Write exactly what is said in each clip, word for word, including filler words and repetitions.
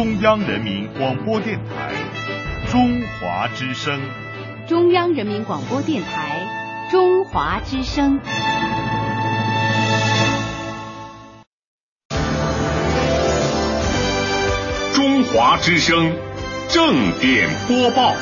中央人民广播电台中华之声。 中央人民广播电台中华之声。 中华之声正点播报。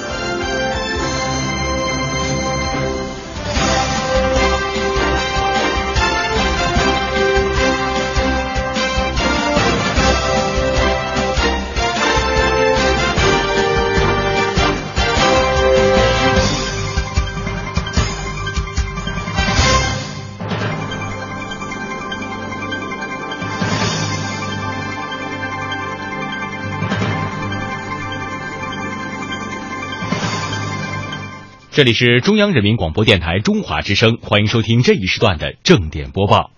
这里是中央人民广播电台中华之声，欢迎收听这一时段的正点播报。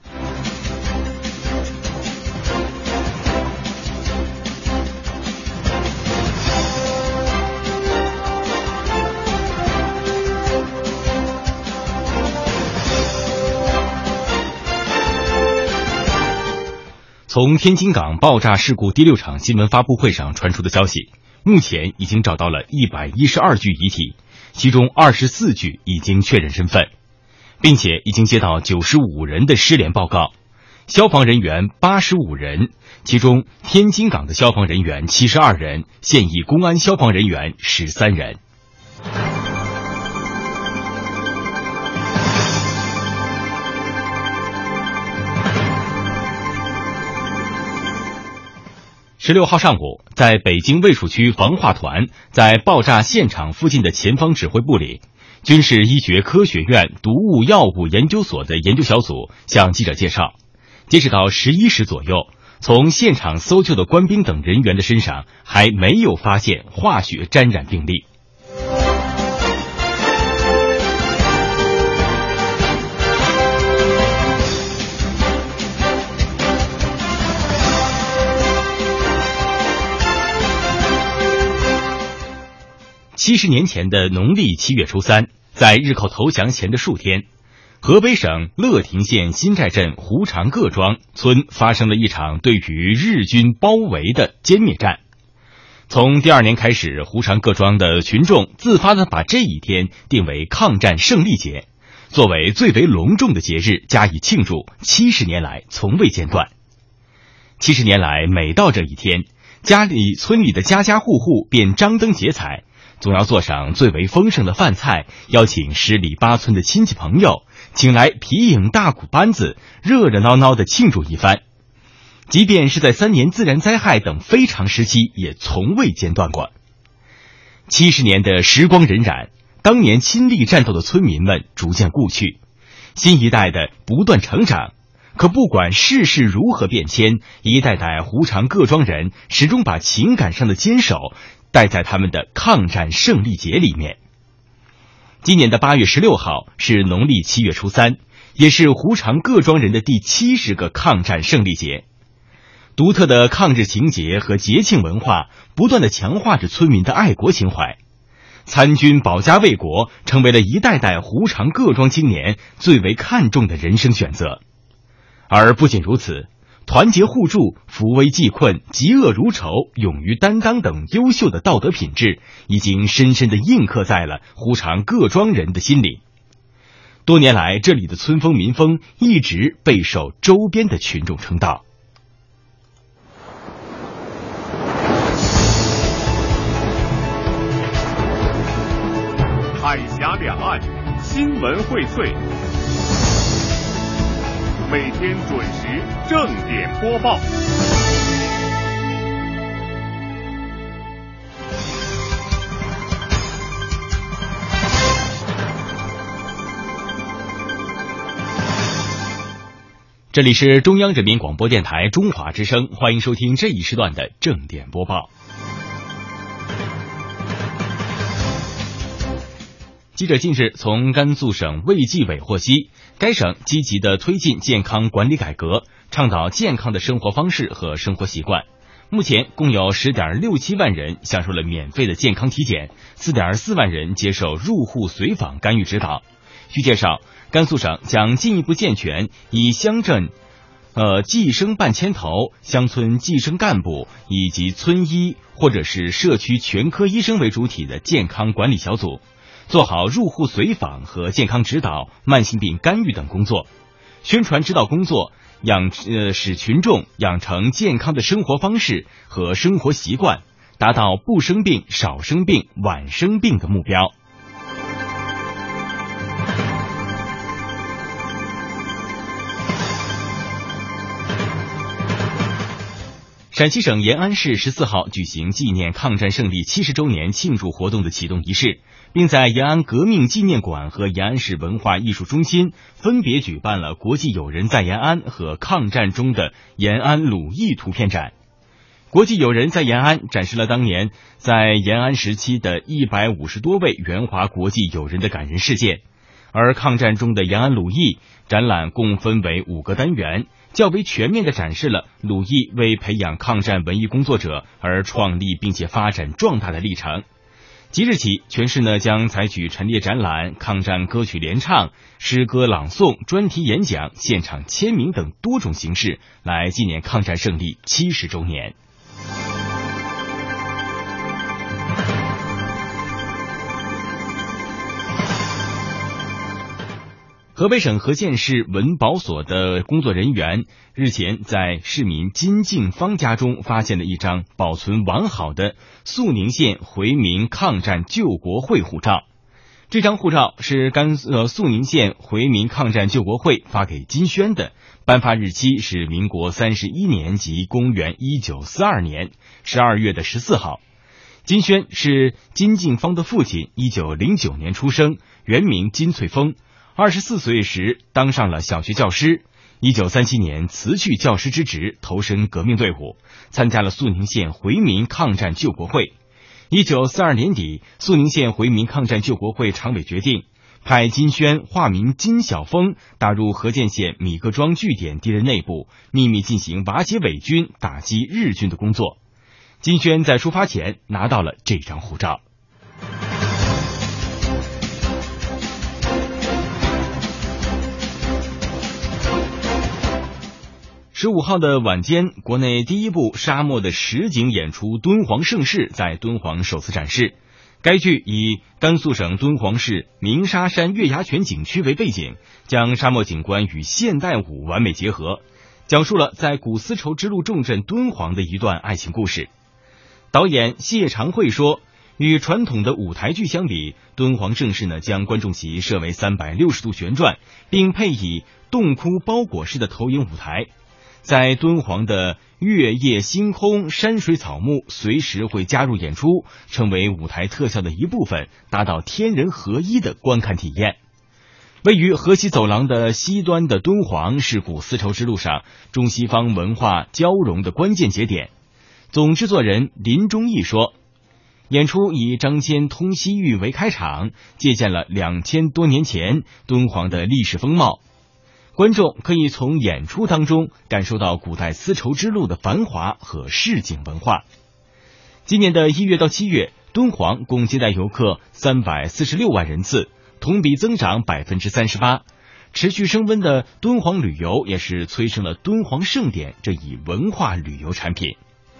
从天津港爆炸事故第六场新闻发布会上传出的消息，目前已经找到了一百一十二具遗体，其中二十四具已经确认身份，并且已经接到九十五人的失联报告，消防人员八十五人，其中天津港的消防人员七十二人，现役公安消防人员十三人。十六号上午，在北京卫戍区防化团在爆炸现场附近的前方指挥部里，军事医学科学院毒物药物研究所的研究小组向记者介绍，截止到十一时左右，从现场搜救的官兵等人员的身上还没有发现化学沾染病例。七十年前的农历七月初三，在日寇投降前的数天，河北省乐亭县新寨镇胡长各庄村发生了一场对于日军包围的歼灭战。从第二年开始，胡长各庄的群众自发地把这一天定为抗战胜利节，作为最为隆重的节日加以庆祝，七十年来从未间断。七十年来，每到这一天，家里村里的家家户户便张灯结彩，总要做上最为丰盛的饭菜，邀请十里八村的亲戚朋友，请来皮影大鼓班子，热热闹闹地庆祝一番。即便是在三年自然灾害等非常时期，也从未间断过。七十年的时光荏苒，当年亲历战斗的村民们逐渐故去，新一代的不断成长。可不管世事如何变迁，一代代胡长各庄人始终把情感上的坚守带在他们的抗战胜利节里面。今年的八月十六号是农历七月初三，也是胡长各庄人的第七十个抗战胜利节。独特的抗日情节和节庆文化不断地强化着村民的爱国情怀，参军保家卫国成为了一代代胡长各庄青年最为看重的人生选择。而不仅如此，团结互助、扶危济困、嫉恶如仇、勇于担当等优秀的道德品质，已经深深地印刻在了胡长各庄人的心里。多年来，这里的村风民风一直备受周边的群众称道。 海峡两岸新闻荟萃，每天准时正点播报。 这里是中央人民广播电台中华之声，欢迎收听这一时段的正点播报。记者近日从甘肃省卫计委获悉，该省积极地推进健康管理改革，倡导健康的生活方式和生活习惯。目前共有 十点六七万人享受了免费的健康体检， 四点四万人接受入户随访干预指导。据介绍，甘肃省将进一步健全以乡镇呃计生办牵头、乡村计生干部以及村医或者是社区全科医生为主体的健康管理小组，做好入户随访和健康指导、慢性病干预等工作，宣传指导工作，养呃使群众养成健康的生活方式和生活习惯，达到不生病、少生病、晚生病的目标。陕西省延安市十四号举行纪念抗战胜利七十周年庆祝活动的启动仪式，并在延安革命纪念馆和延安市文化艺术中心分别举办了国际友人在延安和抗战中的延安鲁艺图片展。国际友人在延安展示了当年在延安时期的一百五十多位援华国际友人的感人事件，而抗战中的延安鲁艺展览共分为五个单元，较为全面地展示了鲁艺为培养抗战文艺工作者而创立并且发展壮大的历程。即日起，全市呢将采取陈列展览、抗战歌曲联唱、诗歌朗诵、专题演讲、现场签名等多种形式来纪念抗战胜利七十周年。河北省和县市文保所的工作人员日前在市民金敬芳家中发现了一张保存完好的肃宁县回民抗战救国会护照。这张护照是甘呃肃宁县回民抗战救国会发给金轩的，颁发日期是民国三十一年及公元一九四二年十二月的十四号。金轩是金敬芳的父亲，一九零九年出生，原名金翠峰。二十四岁时当上了小学教师，一九三七年辞去教师之职，投身革命队伍，参加了肃宁县回民抗战救国会。一九四二年底，肃宁县回民抗战救国会常委决定派金轩化名金晓峰打入河间县米各庄据点敌人内部，秘密进行瓦解伪军、打击日军的工作。金轩在出发前拿到了这张护照。十五号的晚间，国内第一部沙漠的实景演出《敦煌盛世》在敦煌首次展示。该剧以甘肃省敦煌市鸣沙山月牙泉景区为背景，将沙漠景观与现代舞完美结合，讲述了在古丝绸之路重镇敦煌的一段爱情故事。导演谢长会说，与传统的舞台剧相比，敦煌盛世呢将观众席设为三百六十度旋转，并配以洞窟包裹式的投影舞台。在敦煌的月夜星空、山水草木随时会加入演出，成为舞台特效的一部分，达到天人合一的观看体验。位于河西走廊的西端的敦煌是古丝绸之路上中西方文化交融的关键节点。总制作人林忠义说，演出以张骞通西域为开场，借鉴了两千多年前敦煌的历史风貌。观众可以从演出当中感受到古代丝绸之路的繁华和市井文化。今年的一月到七月，敦煌共接待游客三百四十六万人次，同比增长百分之三十八。持续升温的敦煌旅游也是催生了敦煌盛典这一文化旅游产品。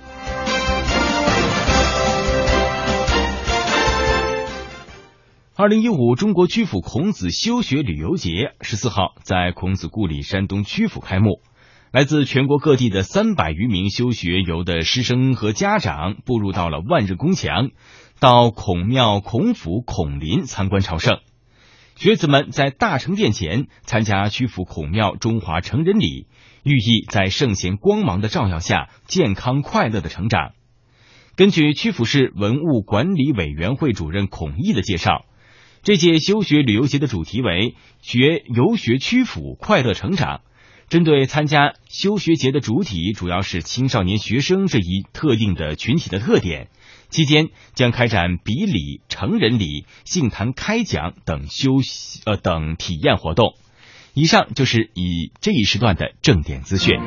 二零一五中国曲阜孔子修学旅游节十四号在孔子故里山东曲阜开幕，来自全国各地的三百余名修学游的师生和家长步入到了万仞宫墙，到孔庙、孔府、孔林参观朝圣。学子们在大成殿前参加曲阜孔庙中华成人礼，寓意在圣贤光芒的照耀下健康快乐的成长。根据曲阜市文物管理委员会主任孔毅的介绍，这届修学旅游节的主题为学游学曲阜快乐成长。针对参加修学节的主体主要是青少年学生这一特定的群体的特点，期间将开展笔礼、成人礼、杏坛开讲等修呃等体验活动。以上就是以这一时段的正点资讯。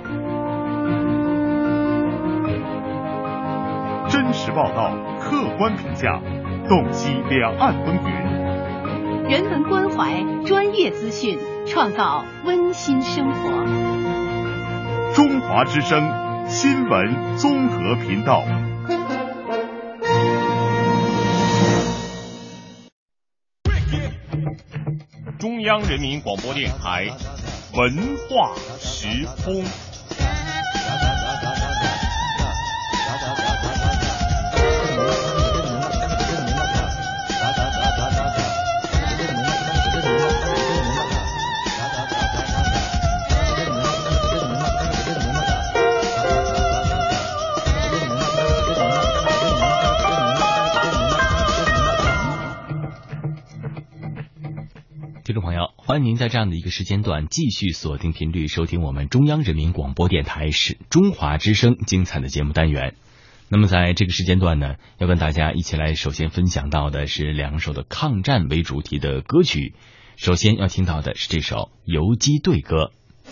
真实报道，客观评价，洞悉两岸风云， 人文关怀，专业资讯，创造温馨生活。 中华之声新闻综合频道。 中央人民广播电台文化时空。 听众朋友，欢迎您在这样的一个时间段继续锁定频率收听我们中央人民广播电台是中华之声精彩的节目单元。那么在这个时间段呢，要跟大家一起来首先分享到的是两首的抗战为主题的歌曲。首先要听到的是这首《游击队歌》。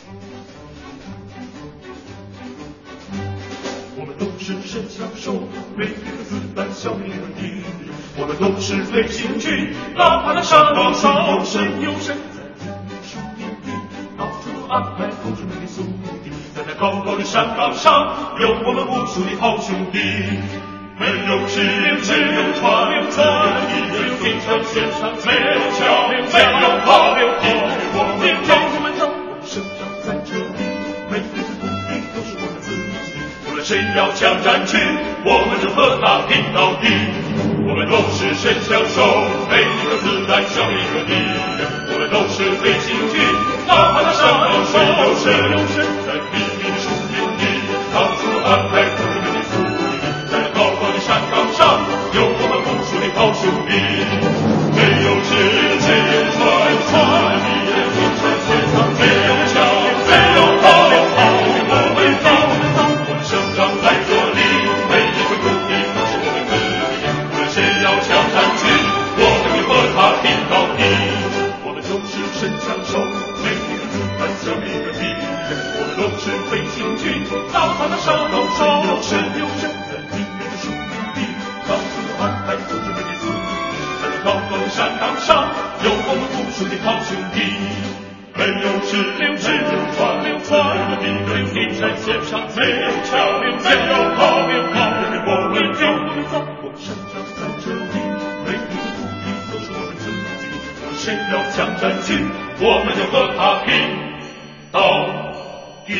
我们都是神枪手，每一个子弹消灭了敌人。我们都是飞行军，哪怕那山岗上有神有神，在敌人树林里，到处都安排同志们的宿敌。在那高高的山岗上，有我们无数的好兄弟。没有支流，只有船，没有天上线上，没有桥，没有炮，没有炮，我们让我们让我们生长在这里，每一次土地都是我们自己。无论谁要抢占去，我们就和他拼到底。我们都是神枪手，每一个子弹消灭一个敌人。我们都是飞行军，哪怕那山岗上有神有神，在敌人的树林里，到处安排同志们的宿敌。在那高高的山岗上，有我们无数的好兄弟。没有支流，没有船，敌人天山线上，没有桥，没有炮，炮我们造，我们生长在这里，每一块土地都是我们自己。谁要抢占据，我们就和他拼到底。我们都是神枪手，每一个子弹消灭一个敌人。我们都是飞行军，哪怕那山岗上有神有神，在敌人的树林里，到处安排同志们的宿敌。在那高高的山岗上，有我们无数的好兄弟。没有支流，只有船，没有船，没有天山线上，没有桥，没有炮，没有炮，我们就走，我们生长在这里，每一个土地都是我们自己。谁要抢占据，我们就和他拼到底。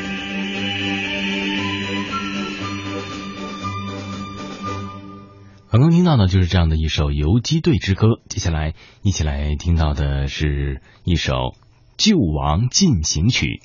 刚刚听到的就是这样的一首游击队之歌，接下来一起来听到的是一首《救亡进行曲》。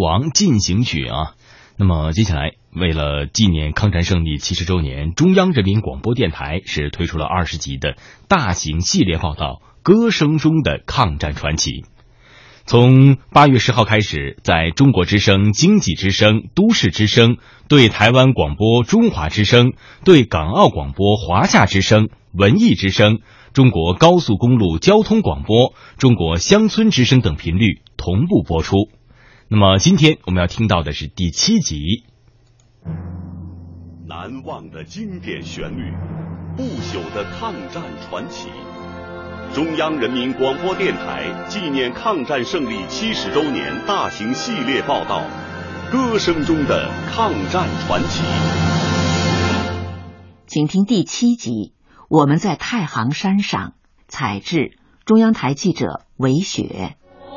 王进行曲啊。那么接下来，为了纪念抗战胜利七十周年，中央人民广播电台是推出了二十集的大型系列报道《歌声中的抗战传奇》。从八月十号开始，在中国之声、经济之声、都市之声、对台湾广播中华之声、对港澳广播华夏之声、文艺之声、中国高速公路交通广播、中国乡村之声等频率同步播出。那么今天我们要听到的是第七集。 难忘的经典旋律，不朽的抗战传奇。中央人民广播电台纪念抗战胜利七十周年大型系列报道《歌声中的抗战传奇》。 请听第七集，我们在太行山上。采制中央台记者韦雪。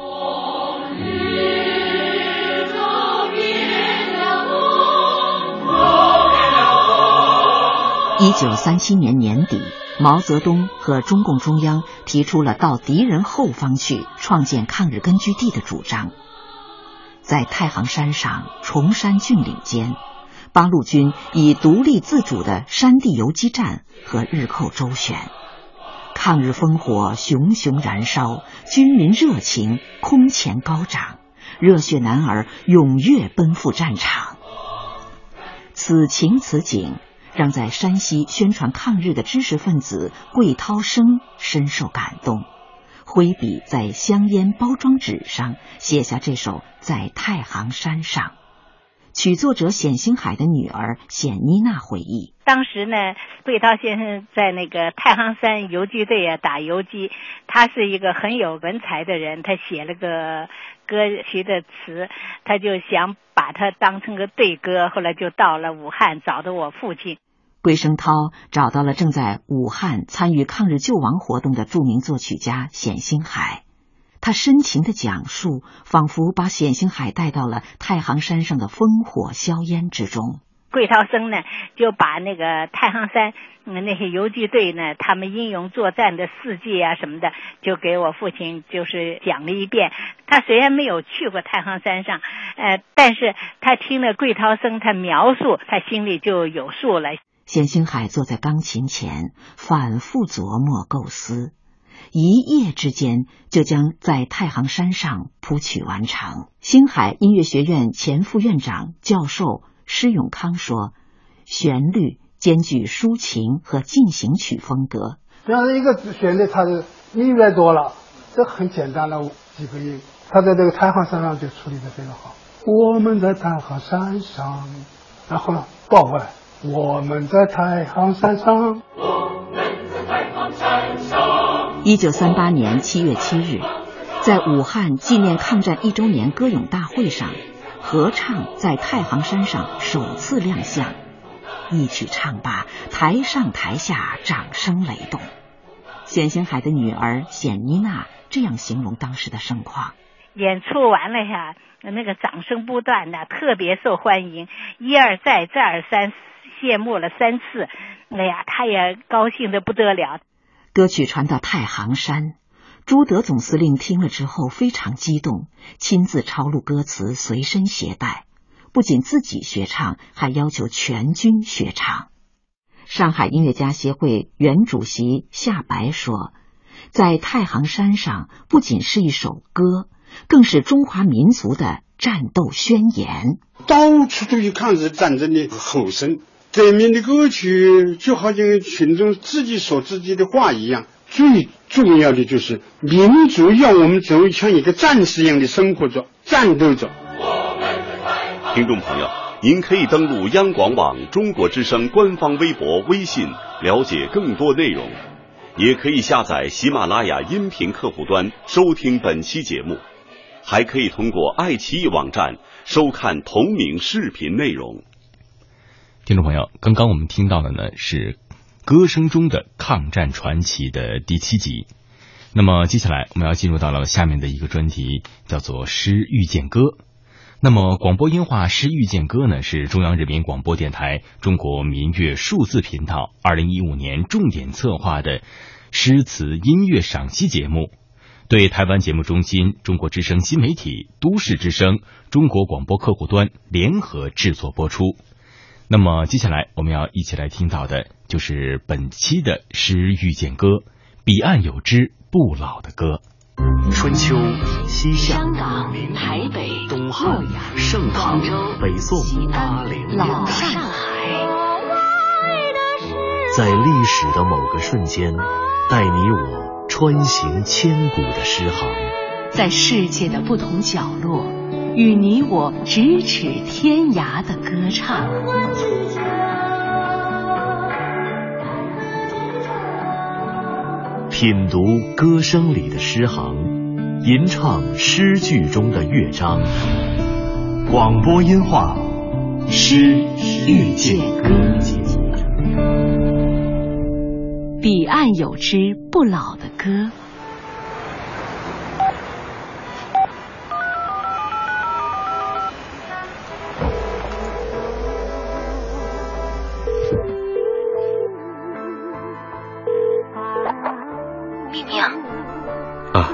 一九三七年年底，毛泽东和中共中央提出了到敌人后方去创建抗日根据地的主张。在太行山上崇山峻岭间，八路军以独立自主的山地游击战和日寇周旋，抗日烽火熊熊燃烧，军民热情空前高涨，热血男儿踊跃奔赴战场。此情此景让在山西宣传抗日的知识分子桂涛生深受感动，挥笔在香烟包装纸上写下这首《在太行山上》。曲作者冼星海的女儿冼妮娜回忆， 当时呢，桂涛先生在那个太行山游击队啊打游击，他是一个很有文采的人，他写了个歌曲的词，他就想把它当成个队歌，后来就到了武汉找的我父亲。 桂声涛找到了正在武汉参与抗日救亡活动的著名作曲家冼星海，他深情的讲述，仿佛把冼星海带到了太行山上的烽火硝烟之中。 桂涛生呢，就把那个太行山、嗯、那些游击队呢，他们英勇作战的事迹啊什么的，就给我父亲就是讲了一遍。他虽然没有去过太行山上，呃，但是他听了桂涛生他描述，他心里就有数了。 冼星海坐在钢琴前，反复琢磨构思，一夜之间就将在太行山上谱曲完成。星海音乐学院前副院长教授施永康说，旋律兼具抒情和进行曲风格。 这样一个旋律，它的音乐多了，这很简单的几个音，他在这个太行山上就处理得非常好。我们在太行山上，然后呢倒过来，我们在太行山上， 我们在太行山上。 一九三八年七月七日，在武汉纪念抗战一周年歌咏大会上，合唱在太行山上首次亮相。一曲唱罢，台上台下掌声雷动。冼星海的女儿冼妮娜这样形容当时的盛况： 演出完了呀，那个掌声不断的，特别受欢迎，一而再再而三，谢幕了三次。哎呀，他也高兴得不得了。 歌曲传到太行山，朱德总司令听了之后非常激动，亲自抄录歌词随身携带，不仅自己学唱，还要求全军学唱。上海音乐家协会原主席夏白说，在太行山上不仅是一首歌，更是中华民族的战斗宣言。 到处都有抗日战争的吼声，革命的歌曲就好像群众自己说自己的话一样。最重要的就是民族要我们走像一个战士一样的生活着，战斗着。 听众朋友，您可以登录央广网中国之声官方微博、微信了解更多内容，也可以下载喜马拉雅音频客户端收听本期节目，还可以通过爱奇艺网站收看同名视频内容。 听众朋友，刚刚我们听到的呢是歌声中的抗战传奇的第七集。那么接下来我们要进入到了下面的一个专题，叫做诗遇见歌。那么广播音画诗遇见歌呢，是中央人民广播电台中国民乐数字频道二零一五年重点策划的诗词音乐赏析节目。 对台湾节目中心、中国之声新媒体、都市之声、中国广播客户端联合制作播出。那么接下来我们要一起来听到的就是本期的诗遇见歌，彼岸有支不老的歌。 春秋、西夏、 香港、台北、 东汉、盛唐、北宋、八零、 老上海， 在历史的某个瞬间，带你我穿行千古的诗行， 在世界的不同角落，与你我咫尺天涯的歌唱。 品读歌声里的诗行，吟唱诗句中的乐章。广播音画，诗遇见歌。 彼岸有支不老的歌。 明明啊，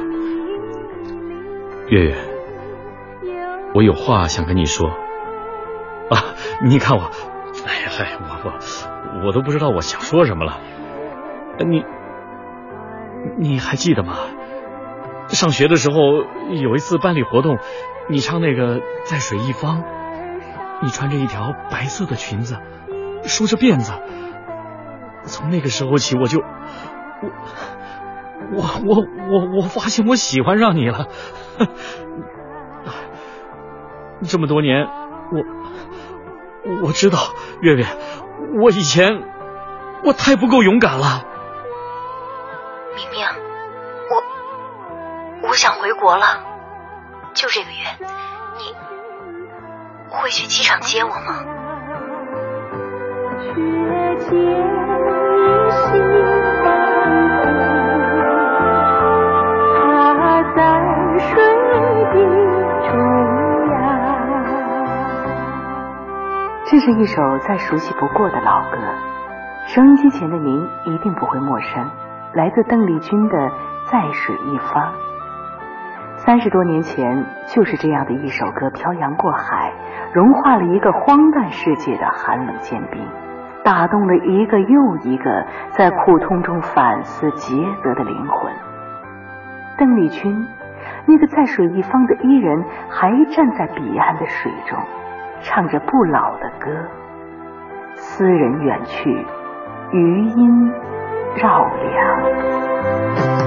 月月，我有话想跟你说啊！你看我，哎呀嗨，我我我都不知道我想说什么了。你你还记得吗？上学的时候有一次班里活动，你唱那个在水一方，你穿着一条白色的裙子，梳着辫子。从那个时候起，我就我我我我我发现我喜欢上你了。这么多年，我我知道，月月，我以前我太不够勇敢了。 明明，我我想回国了，就这个月，你会去机场接我吗？ 这是一首再熟悉不过的老歌，收音机前的您一定不会陌生，来自邓丽君的《在水一方》。三十多年前，就是这样的一首歌漂洋过海，融化了一个荒诞世界的寒冷坚冰，打动了一个又一个在苦痛中反思抉择的灵魂。邓丽君，那个在水一方的伊人，还站在彼岸的水中，唱着不老的歌。斯人远去，余音绕梁。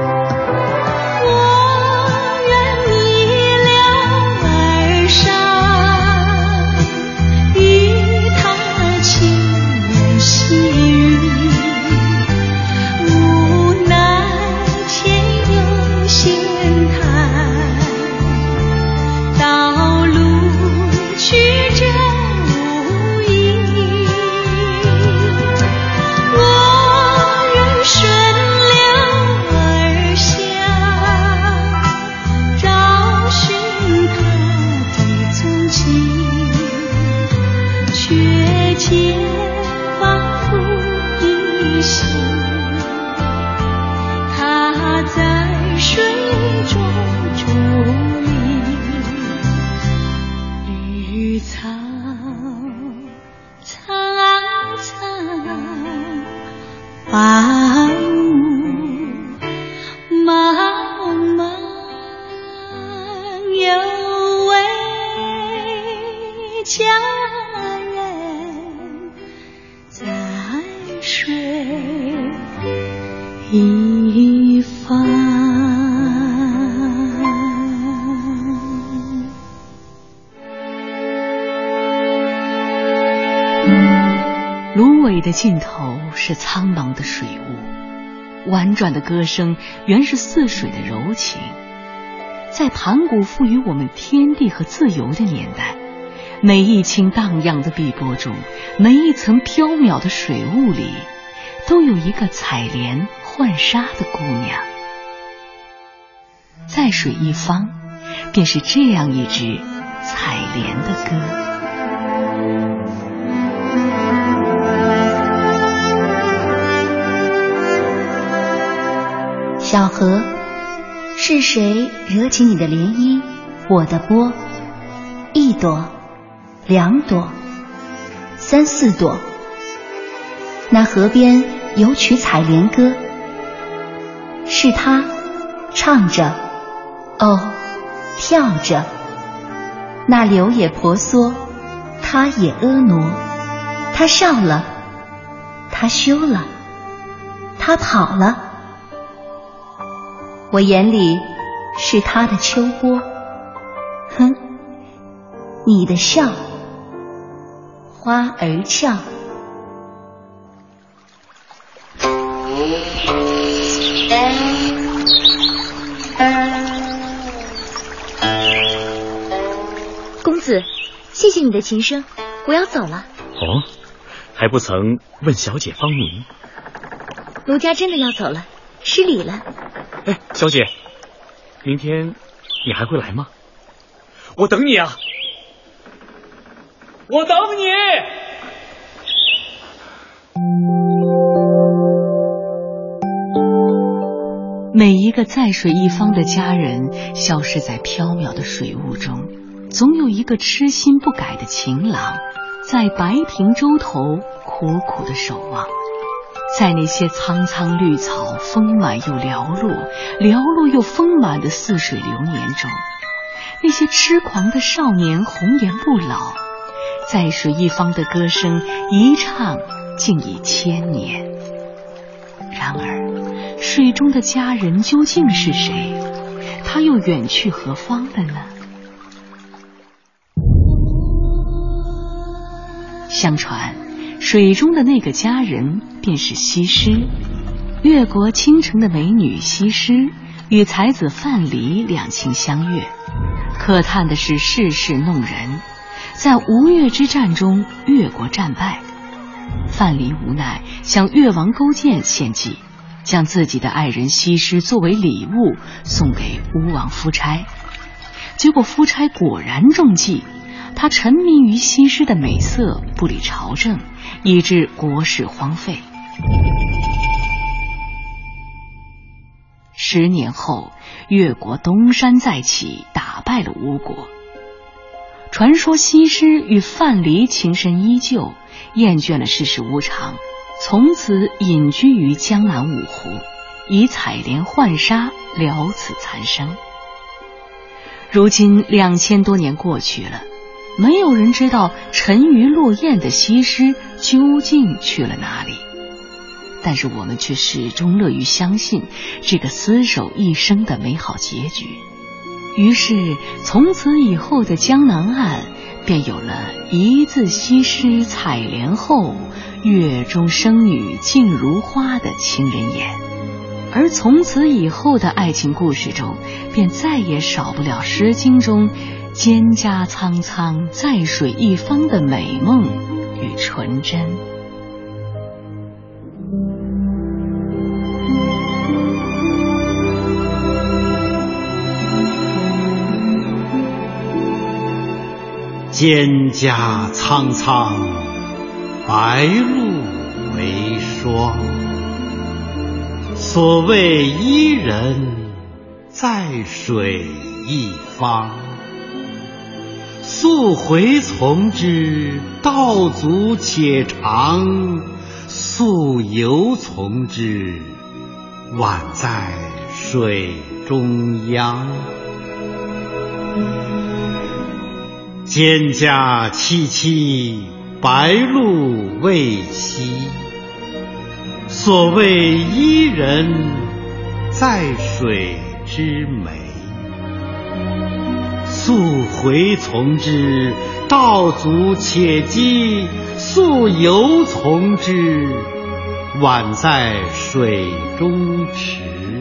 芦苇的尽头是苍茫的水雾，婉转的歌声原是似水的柔情。在盘古赋予我们天地和自由的年代，每一顷荡漾的碧波中，每一层飘渺的水雾里，都有一个采莲浣纱的姑娘。在水一方，便是这样一支采莲的歌。 小河是谁惹起你的涟漪？我的波，一朵，两朵，三四朵。那河边有曲采莲歌，是他唱着，哦，跳着。那柳也婆娑，他也婀娜。他笑了，他羞了，他跑了。我眼里是他的秋波，哼，你的笑，花儿俏。 公子，谢谢你的琴声，我要走了。 哦，还不曾问小姐芳名。 奴家真的要走了，失礼了。 哎，小姐，明天你还会来吗？我等你啊，我等你。 每一个在水一方的家人消失在缥缈的水雾中，总有一个痴心不改的情郎在白亭洲头苦苦的守望。在那些苍苍绿草丰满又寥落，寥落又丰满的似水流年中，那些痴狂的少年红颜不老，在水一方的歌声一唱竟已千年。然而水中的佳人究竟是谁？他又远去何方了呢？相传水中的那个佳人便是西施。越国倾城的美女西施与才子范蠡两情相悦，可叹的是世事弄人，在吴越之战中越国战败，范蠡无奈向越王勾践献计，将自己的爱人西施作为礼物送给吴王夫差。结果夫差果然中计，他沉迷于西施的美色，不理朝政，以致国事荒废。十年后，越国东山再起，打败了吴国。传说西施与范蠡情深依旧，厌倦了世事无常，从此隐居于江南五湖，以采莲浣纱了此残生。如今两千多年过去了，没有人知道沉鱼落雁的西施究竟去了哪里，但是我们却始终乐于相信这个厮守一生的美好结局。于是从此以后的江南岸便有了一字西施采莲后，月中生女静如花的情人眼。而从此以后的爱情故事中，便再也少不了《诗经》中蒹葭苍苍在水一方的美梦与纯真。 蒹葭苍苍，白露为霜。所谓伊人，在水一方。溯洄从之，道阻且长；溯游从之，宛在水中央。蒹葭萋萋，白露未晞。所谓伊人，在水之湄。溯洄从之，道阻且跻；溯游从之，宛在水中坻。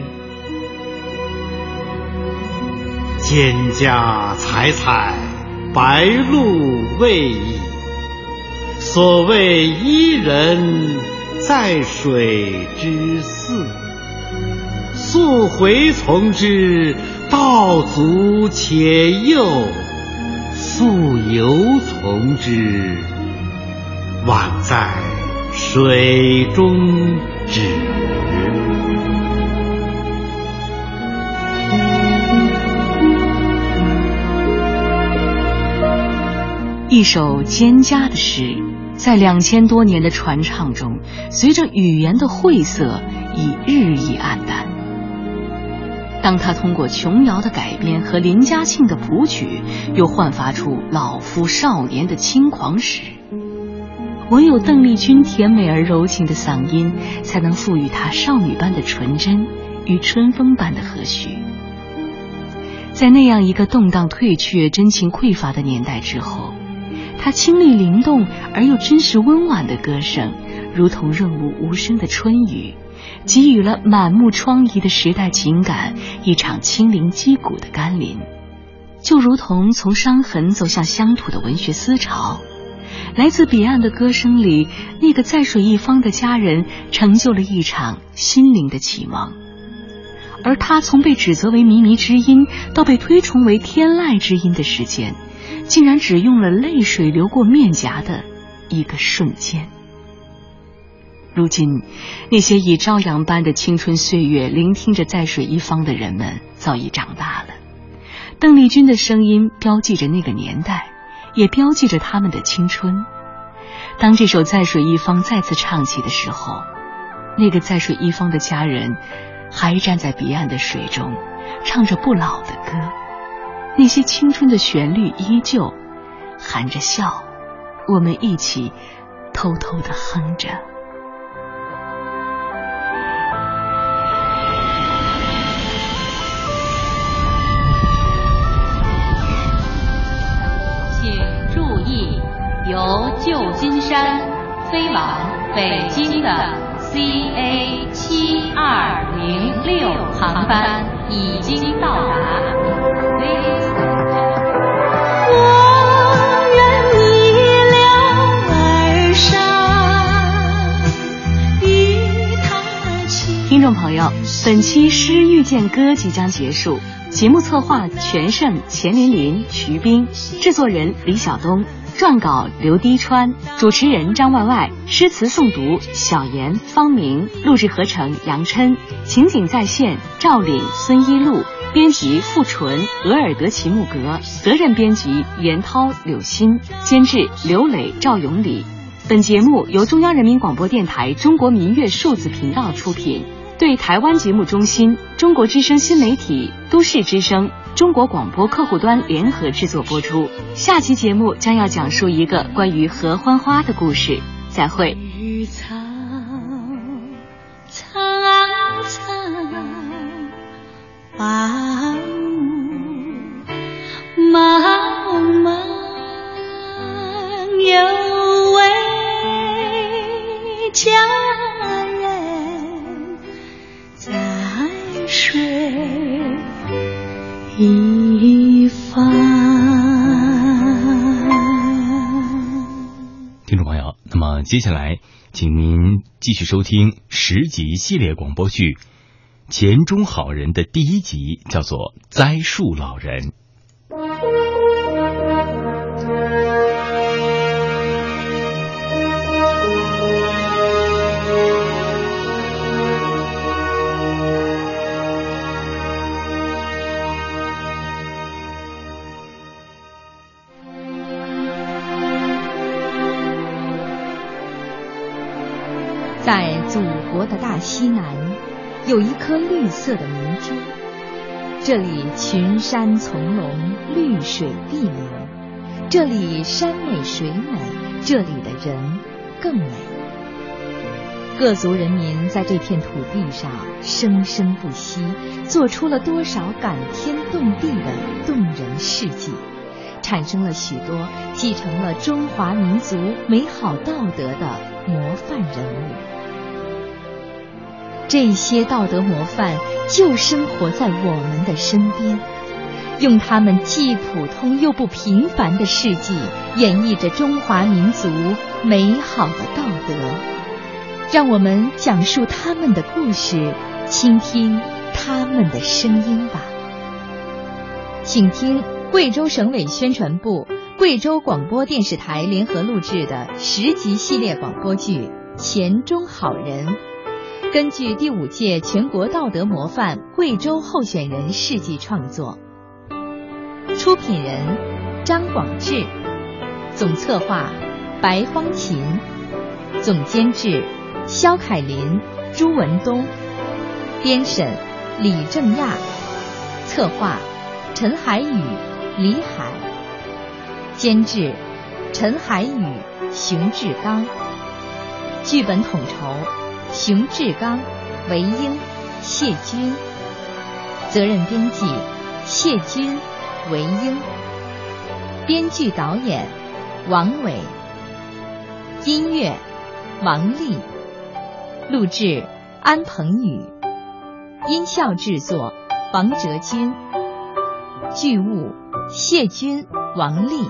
蒹葭采采，白露未已。所谓伊人，在水之涘。溯洄从之，道阻且右；溯游从之，宛在水中沚。 一首蒹葭的诗，在两千多年的传唱中，随着语言的晦涩已日益暗淡。当他通过琼瑶的改编和林嘉庆的谱曲，又焕发出老夫少年的轻狂时，唯有邓丽君甜美而柔情的嗓音，才能赋予她少女般的纯真与春风般的和煦。在那样一个动荡退却、真情匮乏的年代之后，她清丽灵动而又真实温婉的歌声，如同润物无声的春雨，给予了满目疮痍的时代情感一场清灵击鼓的甘霖。就如同从伤痕走向乡土的文学思潮，来自彼岸的歌声里，那个在水一方的佳人成就了一场心灵的启蒙。而他从被指责为靡靡之音到被推崇为天籁之音的时间，竟然只用了泪水流过面颊的一个瞬间。如今，那些以朝阳般的青春岁月聆听着在水一方的人们早已长大了。邓丽君的声音标记着那个年代，也标记着他们的青春。当这首在水一方再次唱起的时候，那个在水一方的佳人还站在彼岸的水中，唱着不老的歌。那些青春的旋律依旧，含着笑，我们一起偷偷地哼着。 请注意，由旧金山飞往北京的 C A 七二零六航班已经到达。 我愿一了而上，一踏青。 听众朋友，本期诗遇见歌即将结束，节目策划全胜、钱琳琳、徐冰，制作人李晓东，撰稿刘滴川，主持人张万外，诗词诵读小妍、方明，录制合成杨琛，情景再现赵岭、孙一路，编辑付纯、额尔德齐木格，责任编辑袁涛、柳鑫，监制刘磊、赵永礼。本节目由中央人民广播电台中国民乐数字频道出品，对台湾节目中心、中国之声新媒体、都市之声、中国广播客户端联合制作播出。下期节目将要讲述一个关于合欢花的故事。再会。 草苍苍，花雾茫茫，有位佳人在水一方。 听众朋友，那么接下来请您继续收听十集系列广播剧《钱钟好人》的第一集，叫做《栽树老人》。 在祖国的大西南，有一颗绿色的明珠，这里群山丛龙，绿水碧流，这里山美水美，这里的人更美。各族人民在这片土地上生生不息，做出了多少感天动地的动人事迹，产生了许多继承了中华民族美好道德的模范人物。这些道德模范就生活在我们的身边，用他们既普通又不平凡的事迹，演绎着中华民族美好的道德。让我们讲述他们的故事，倾听他们的声音吧。请听贵州省委宣传部、贵州广播电视台联合录制的十集系列广播剧《钱钟好人》，根据第五届全国道德模范贵州候选人事迹创作。出品人张广志， 总策划白荒琴，总监制肖凯林、朱文东，编审李正亚，策划陈海宇、李海，监制陈海宇、熊志刚，剧本统筹熊志刚、韦英、谢军，责任编辑谢军、韦英，编剧导演王伟，音乐王丽，录制安鹏宇，音效制作王哲君，剧务谢军、王丽。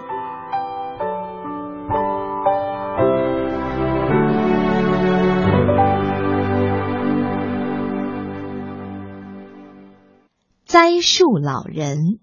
栽树老人。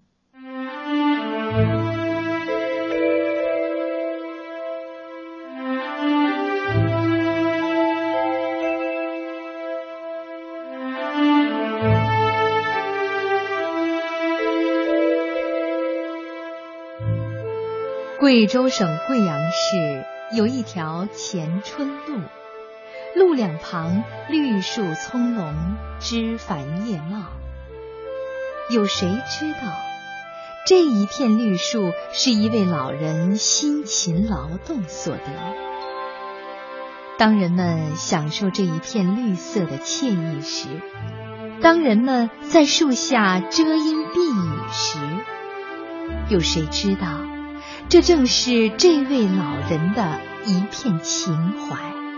贵州省贵阳市有一条前春路，路两旁绿树葱茏，枝繁叶茂。有谁知道，这一片绿树是一位老人辛勤劳动所得。当人们享受这一片绿色的惬意时，当人们在树下遮阴避雨时，有谁知道，这正是这位老人的一片情怀。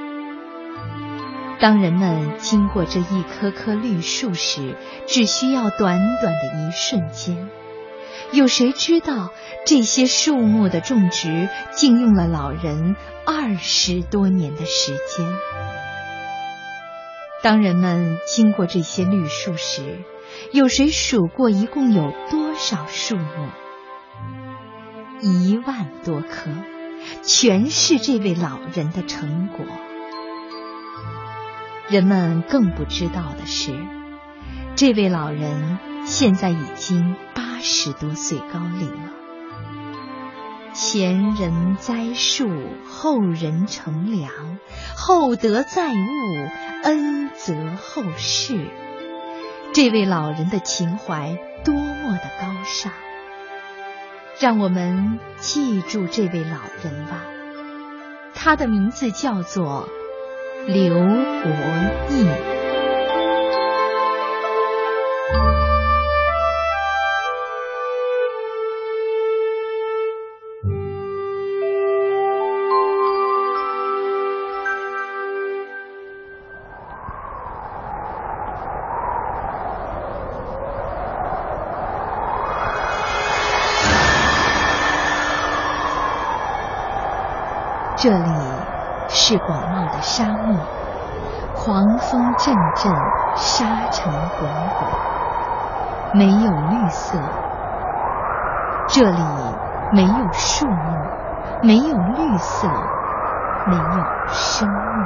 当人们经过这一棵棵绿树时，只需要短短的一瞬间。有谁知道，这些树木的种植竟用了老人二十多年的时间。当人们经过这些绿树时，有谁数过一共有多少树木？一万多棵，全是这位老人的成果。人们更不知道的是，这位老人现在已经八十多岁高龄了。前人栽树，后人乘凉，厚德载物，恩泽后世。这位老人的情怀多么的高尚，让我们记住这位老人吧。他的名字叫做刘国义。这里是广袤的沙漠，狂风阵阵，沙尘滚滚，没有绿色。这里没有树木，没有绿色，没有生命。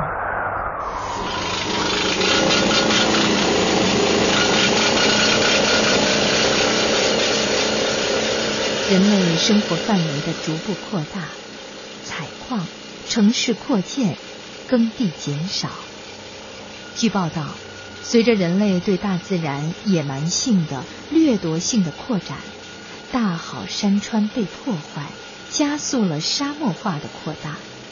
人类生活范围的逐步扩大，采矿、城市扩建，耕地减少。据报道，随着人类对大自然野蛮性的、掠夺性的扩展，大好山川被破坏，加速了沙漠化的扩大。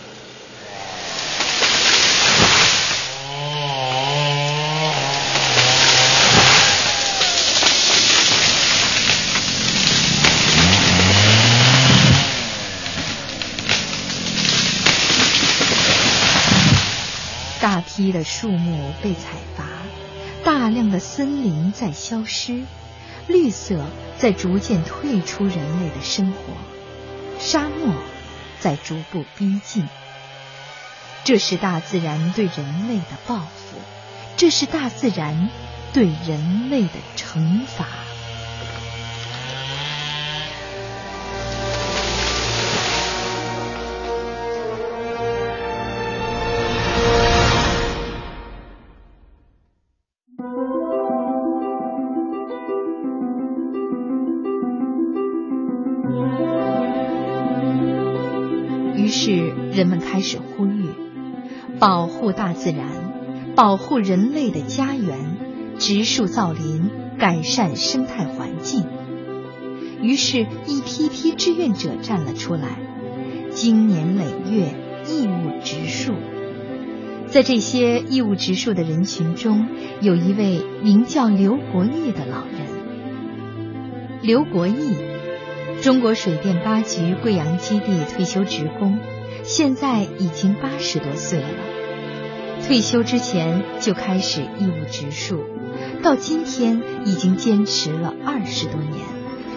大批的树木被采伐，大量的森林在消失，绿色在逐渐退出人类的生活，沙漠在逐步逼近。这是大自然对人类的报复，这是大自然对人类的惩罚。 是人们开始呼吁保护大自然，保护人类的家园，植树造林，改善生态环境。于是一批批志愿者站了出来，经年累月义务植树。在这些义务植树的人群中，有一位名叫刘国义的老人。刘国义，中国水电八局贵阳基地退休职工，现在已经八十多岁了。退休之前就开始义务植树，到今天已经坚持了二十多年。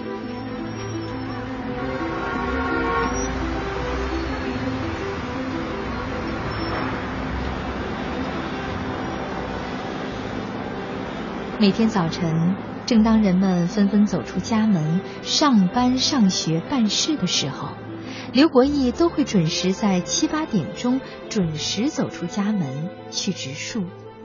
每天早晨，正当人们纷纷走出家门上班上学办事的时候，刘国义都会准时在七八点钟准时走出家门去植树。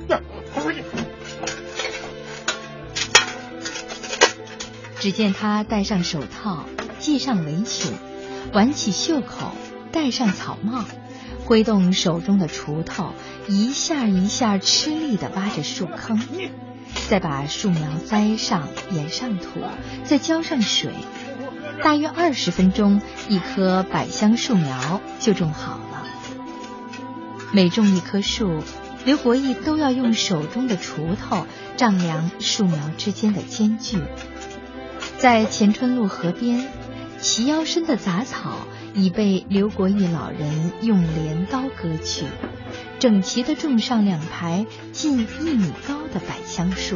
只见他戴上手套，系上围裙，挽起袖口，戴上草帽，挥动手中的锄头，一下一下吃力地挖着树坑，再把树苗栽上，掩上土，再浇上水。大约二十分钟，一棵百香树苗就种好了。每种一棵树，刘国义都要用手中的锄头丈量树苗之间的间距。在前春路河边，齐腰深的杂草已被刘国义老人用镰刀割去，整齐地种上两排近一米高的百香树。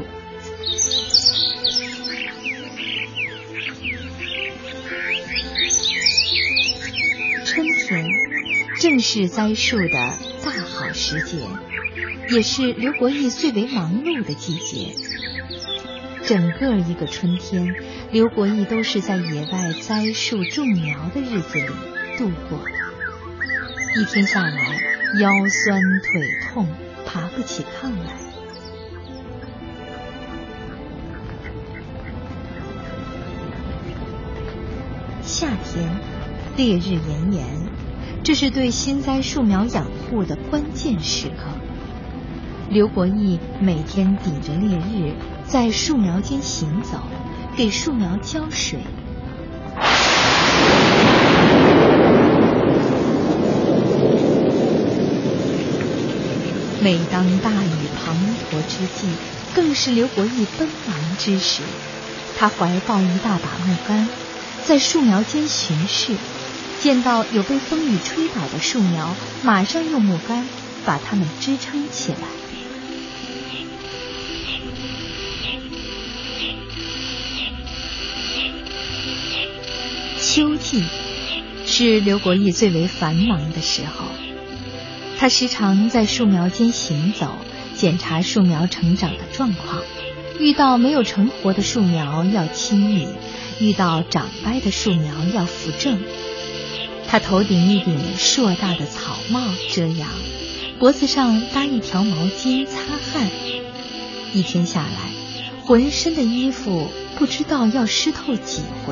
春天正是栽树的大好时节，也是刘国义最为忙碌的季节。整个一个春天，刘国义都是在野外栽树种苗的日子里度过的。一天下来，腰酸腿痛，爬不起炕来。夏天烈日炎炎，这是对新栽树苗养护的关键时刻。刘国义每天顶着烈日在树苗间行走，给树苗浇水。每当大雨滂沱之际，更是刘国义奔忙之时。他怀抱一大把木杆，在树苗间巡视，见到有被风雨吹倒的树苗，马上用木杆把它们支撑起来。秋季是刘国义最为繁忙的时候，他时常在树苗间行走，检查树苗成长的状况。遇到没有成活的树苗要清理，遇到长掰的树苗要扶正。他头顶一顶硕大的草帽遮阳，脖子上搭一条毛巾擦汗。一天下来，浑身的衣服不知道要湿透几回。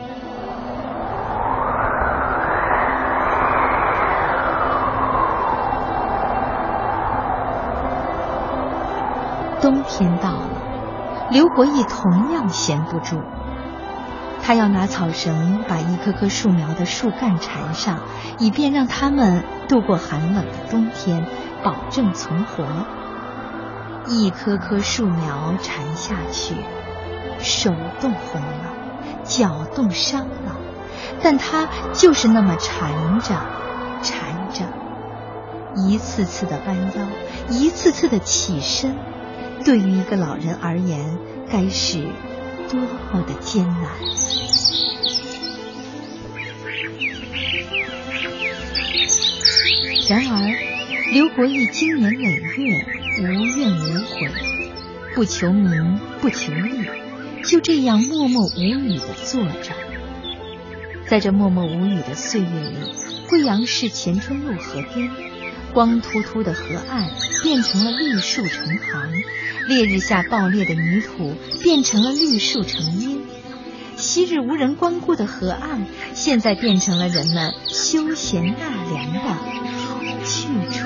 冬天到了，刘国义同样闲不住。他要拿草绳把一棵棵树苗的树干缠上，以便让它们度过寒冷的冬天，保证存活。一棵棵树苗缠下去，手冻红了，脚冻伤了，但他就是那么缠着缠着，一次次的弯腰，一次次的起身，对于一个老人而言，该是多么的艰难。然而刘国义经年累月，无怨无悔，不求名不求利，就这样默默无语地做着。在这默默无语的岁月里，贵阳市前春路河边，光秃秃的河岸变成了绿树成行，烈日下爆裂的泥土变成了绿树成荫。 昔日无人光顾的河岸，现在变成了人们休闲纳凉的好去处。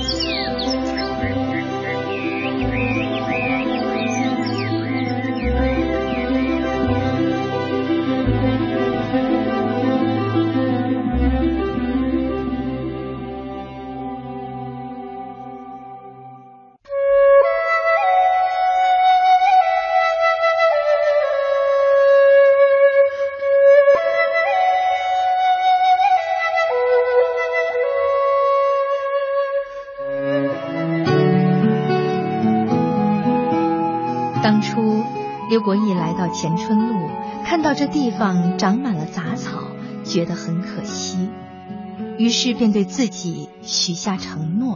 刘国义来到前春路，看到这地方长满了杂草，觉得很可惜，于是便对自己许下承诺：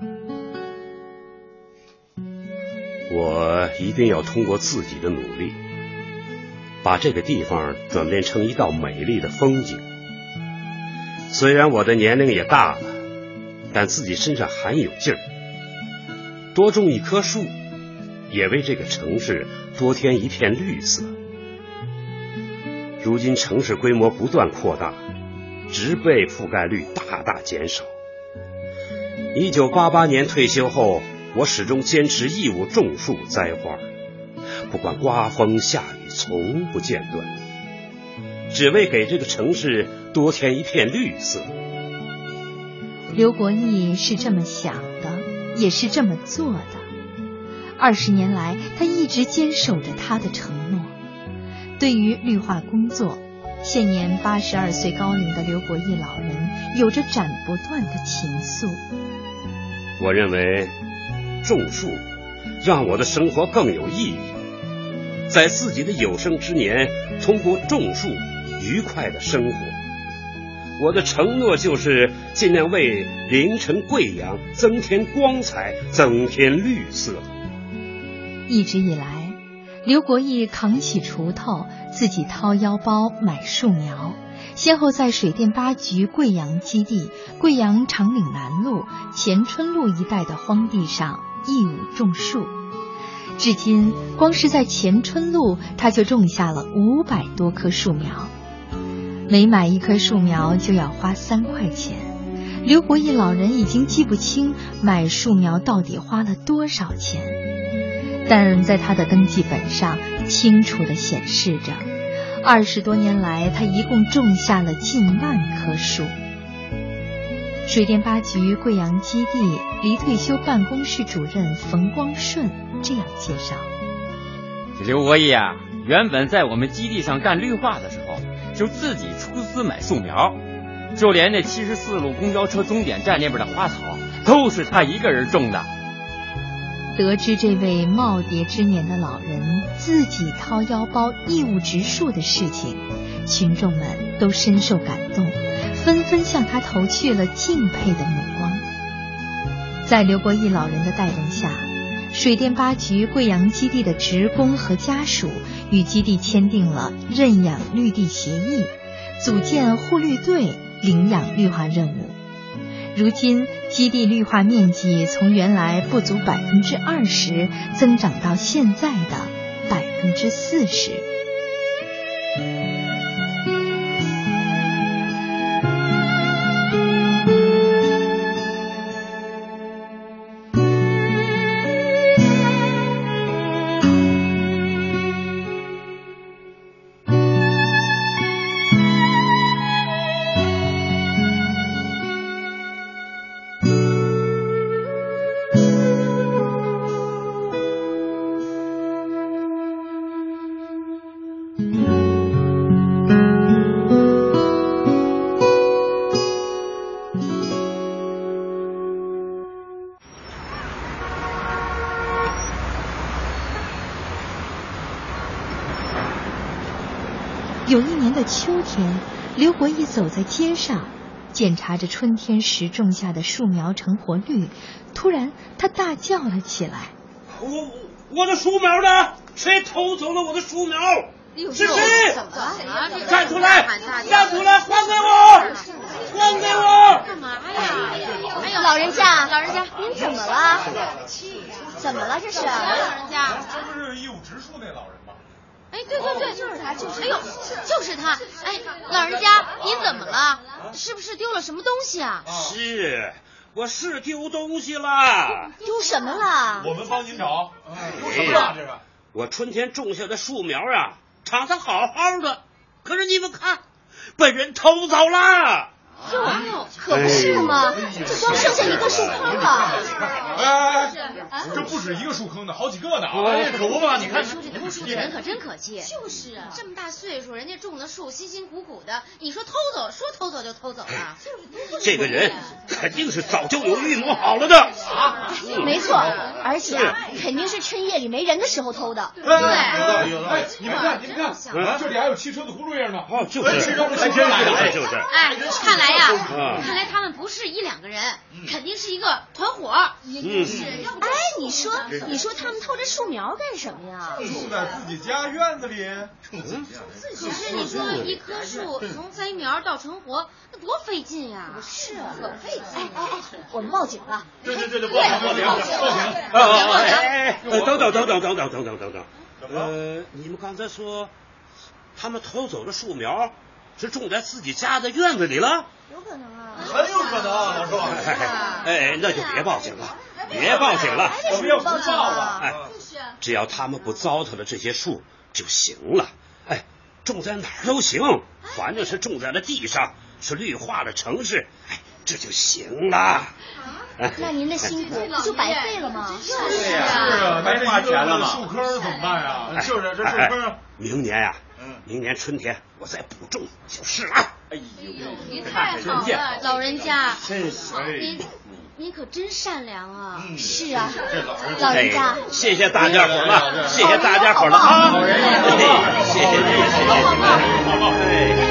我一定要通过自己的努力，把这个地方转变成一道美丽的风景。虽然我的年龄也大了，但自己身上还有劲儿，多种一棵树，也为这个城市多添一片绿色。如今城市规模不断扩大，植被覆盖率大大减少。一九八八年退休后，我始终坚持义务种树栽花，不管刮风下雨，从不间断，只为给这个城市多添一片绿色。 刘国义是这么想的，也是这么做的。二十年来，他一直坚守着他的承诺。对于绿化工作，现年八十二岁高龄的刘国义老人有着斩不断的情愫。 我认为种树让我的生活更有意义，在自己的有生之年通过种树愉快的生活。我的承诺就是尽量为临城贵阳增添光彩，增添绿色。 一直以来，刘国义扛起锄头，自己掏腰包买树苗，先后在水电八局贵阳基地、贵阳长岭南路、前春路一带的荒地上义务种树。至今，光是在前春路，他就种下了五百多棵树苗。每买一棵树苗就要花三块钱。刘国义老人已经记不清买树苗到底花了多少钱。但在他的登记本上清楚地显示着，二十多年来他一共种下了近万棵树。水电八局贵阳基地离退休办公室主任冯光顺这样介绍： 刘国义啊，原本在我们基地上干绿化的时候，就自己出资买树苗，就连那七十四路公交车终点站那边的花草都是他一个人种的。 得知这位耄耋之年的老人自己掏腰包义务植树的事情，群众们都深受感动，纷纷向他投去了敬佩的目光。在刘国义老人的带动下，水电八局贵阳基地的职工和家属与基地签订了认养绿地协议，组建护绿队，领养绿化任务。如今基地绿化面积从原来不足百分之二十增长到现在的百分之四十。有一年的秋天，刘国义走在街上，检查着春天时种下的树苗成活率，突然他大叫了起来： 我我的树苗呢？谁偷走了我的树苗？是谁？站出来！站出来！还给我！还给我！ 干嘛呀？哎呦，老人家，老人家，您怎么了？怎么了？这是？老人家， 这不是义务植树那老人吗？ 哎哎，对对对，就是他，就是。哎呦，就是他！哎，老人家，您怎么了？是不是丢了什么东西啊？ 是，我是丢东西了。 丢什么了？ 我们帮您找。丢什么了？这个？ 我春天种下的树苗啊，长得好好的，可是你们看，被人偷走了。 哟哟，可不是嘛，这光剩下一个树坑了。 哎，这不止一个树坑呢，好几个呢。哎，可不嘛，你看， 说这偷树的人可真可气。就是啊，这么大岁数，人家种的树辛辛苦苦的，你说偷走，说偷走就偷走了。 这个人肯定是早就有预谋好了的。 啊，没错，而且肯定是趁夜里没人的时候偷的。 对，有道理，有道理。你们看，你们看，这里还有汽车的轱辘印呢。 哦，就是， 还真来了， 是不是？ 哎，看来。哎呀，看来他们不是一两个人，肯定是一个团伙。 嗯， 是。哎，你说，你说他们偷这树苗干什么呀？ 种在自己家院子里。 可是你说一棵树从栽苗到成活，那多费劲呀！是，可费劲。哎哎哎，我们报警了。 对对对对，报警报警报警！ 哎哎，等等等等等等等等等等，呃，你们刚才说他们偷走的树苗是种在自己家的院子里了？ 有可能啊， 很有可能，老师。 哎，那就别报警了，别报警了， 我们要不报啊！ 哎，只要他们不糟蹋了这些树就行了。哎，种在哪儿都行，反正是种在了地上，是绿化了城市，哎，这就行了。 那您的辛苦不就白费了吗？ 是呀，是啊，白花钱了嘛。树坑怎么办呀？就是这树坑。 明年呀，明年春天我再补种就是了。 哎呦，您太好了，老人家，您您可真善良啊！是啊，老人家， 谢谢大家伙了，谢谢大家伙了啊！谢谢谢谢谢谢，好好哎。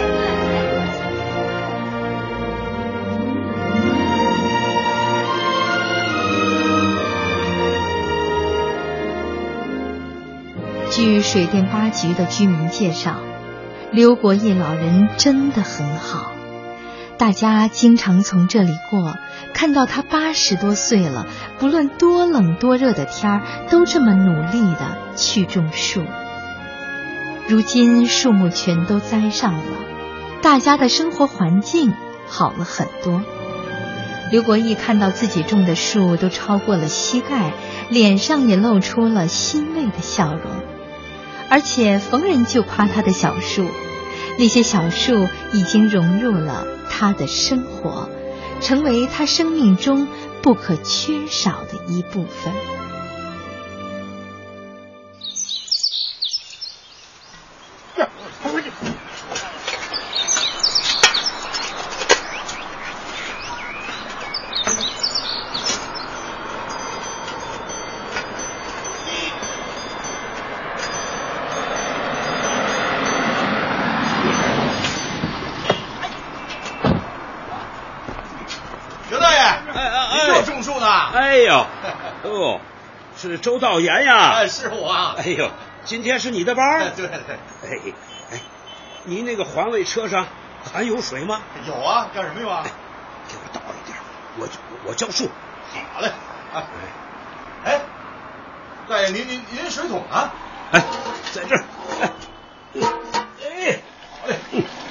据水淀八局的居民介绍，刘国义老人真的很好，大家经常从这里过，看到他八十多岁了，不论多冷多热的天儿，都这么努力地去种树。如今树木全都栽上了，大家的生活环境好了很多。刘国义看到自己种的树都超过了膝盖，脸上也露出了欣慰的笑容。而且逢人就夸他的小树，那些小树已经融入了他的生活，成为他生命中不可缺少的一部分。 哎呦，哦，是周道言呀！ 哎，是我。 哎呦，今天是你的班？ 哎，对对。 哎哎，您那个环卫车上还有水吗？ 有啊，干什么用啊？ 哎，给我倒一点，我我浇树。 好嘞。哎，哎，大爷，您您您水桶呢？ 哎，在这儿。哎，哎， 好嘞。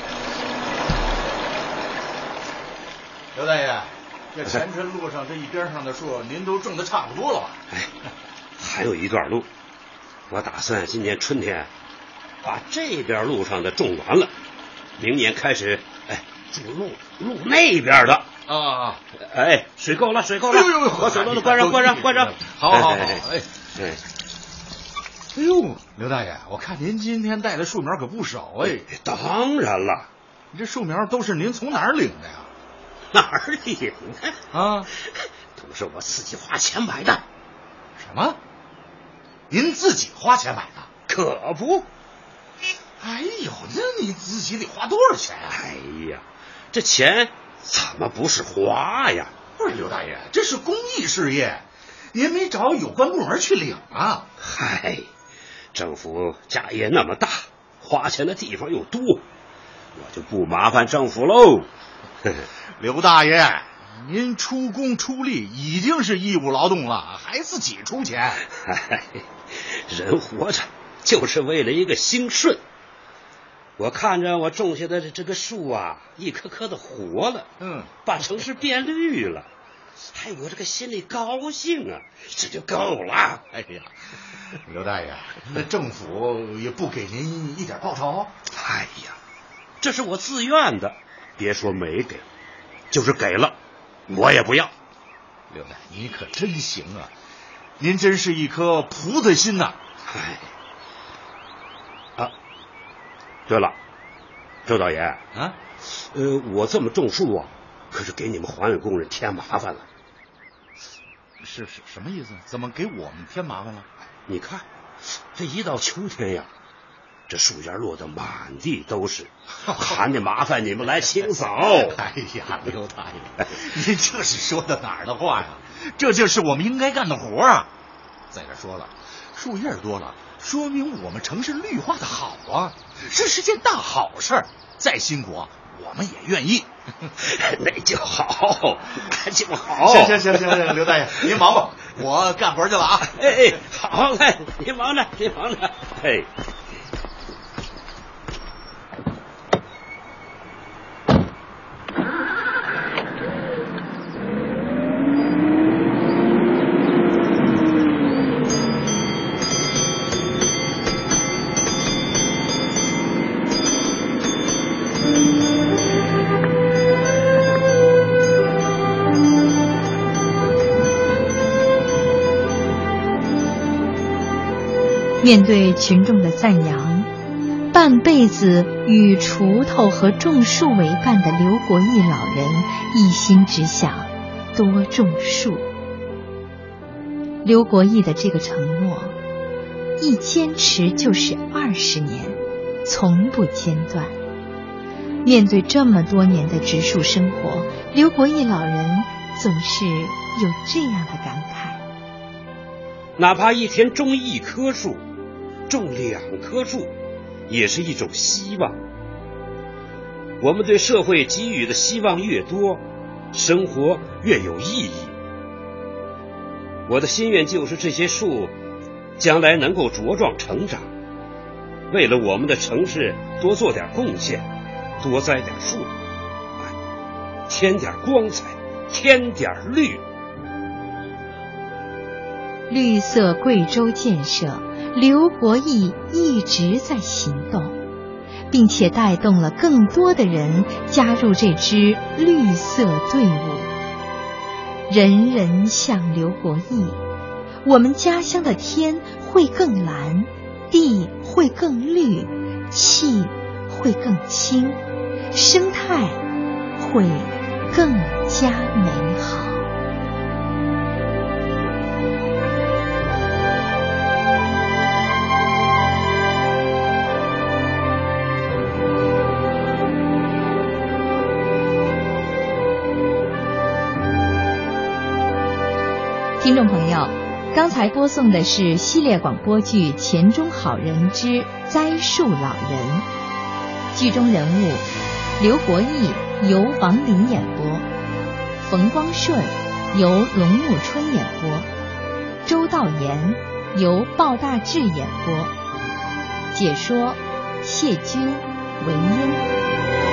刘大爷。这前村路上这一边上的树，您都种的差不多了吧？ 哎，还有一段路，我打算今年春天把这边路上的种完了，明年开始，哎，种路路那边的啊。 哎，水够了，水够了， 哎呦呦， 把水龙头关上，关上，关上。 好好好，哎哎哎。哎呦，刘大爷，我看您今天带的树苗可不少哎。 当然了， 你这树苗都是您从哪儿领的呀？ 哪儿领的啊？ 都是我自己花钱买的。 什么？您自己花钱买的？ 可不。 哎呦，那你自己得花多少钱啊？ 哎呀，这钱怎么不是花呀？ 不是刘大爷，这是公益事业，您没找有关部门去领啊？ 嗨，政府家业那么大，花钱的地方又多，我就不麻烦政府喽。 刘大爷，您出工出力已经是义务劳动了，还自己出钱。 人活着就是为了一个兴顺。我看着我种下的这个树啊，一棵棵的活了， 嗯， 把城市变绿了，哎，我这个心里高兴啊，这就够了。 哎呀，刘大爷，那政府也不给您一点报酬？ 哎呀，这是我自愿的，别说没给，就是给了，我也不要。 刘大爷，您可真行啊，您真是一颗菩萨心呐！ 哎，啊，对了，周导演啊， 呃，我这么种树啊，可是给你们环卫工人添麻烦了。 是是什么意思？怎么给我们添麻烦了？ 你看，这一到秋天呀，这树叶落得满地都是，还得麻烦你们来清扫。 哎呀，刘大爷，您这是说的哪儿的话呀？这就是我们应该干的活啊！再者说了，树叶多了，说明我们城市绿化的好啊，这是件大好事。再辛苦啊，我们也愿意。 那就好，那就好。 行行行行行，刘大爷，您忙吧，我干活去了啊。 哎哎，好嘞，您忙着，您忙着。哎。 面对群众的赞扬，半辈子与锄头和种树为伴的刘国义老人一心只想多种树。刘国义的这个承诺，一坚持就是二十年，从不间断。面对这么多年的植树生活，刘国义老人总是有这样的感慨： 哪怕一天种一棵树，种两棵树，也是一种希望。我们对社会给予的希望越多，生活越有意义。我的心愿就是这些树将来能够茁壮成长，为了我们的城市多做点贡献，多栽点树，哎，添点光彩，添点绿。 绿色贵州建设，刘国义一直在行动，并且带动了更多的人加入这支绿色队伍。人人向刘国义，我们家乡的天会更蓝，地会更绿，气会更清，生态会更加美好。听众朋友，刚才播送的是系列广播剧《钱中好人之栽树老人》，剧中人物刘国义由王林演播，冯光顺由龙木春演播，周道岩由鲍大志演播，解说谢军、文英。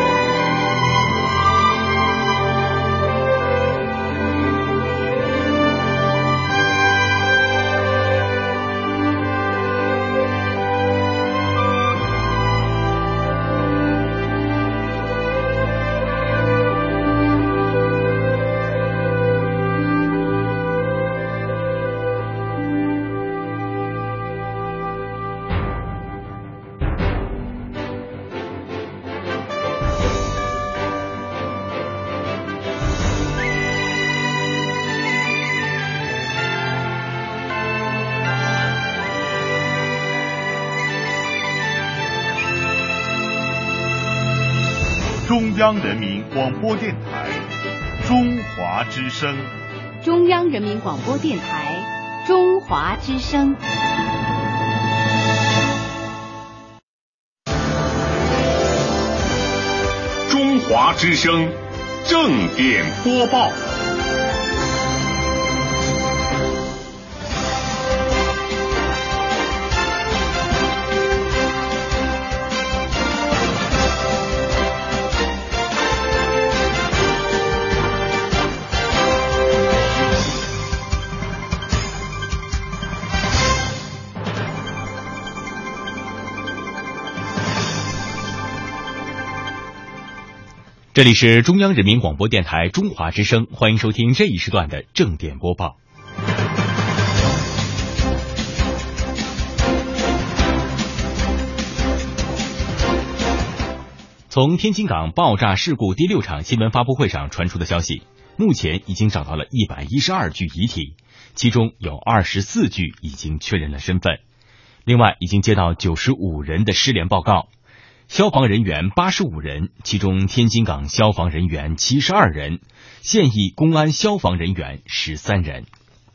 中央人民广播电台中华之声， 中央人民广播电台中华之声。 中华之声正点播报。 这里是中央人民广播电台中华之声，欢迎收听这一时段的正点播报。从天津港爆炸事故第六场新闻发布会上传出的消息，目前已经找到了一百一十二具遗体，其中有二十四具已经确认了身份。另外，已经接到九十五人的失联报告，消防人员八十五人，其中天津港消防人员七十二人，现役公安消防人员十三人。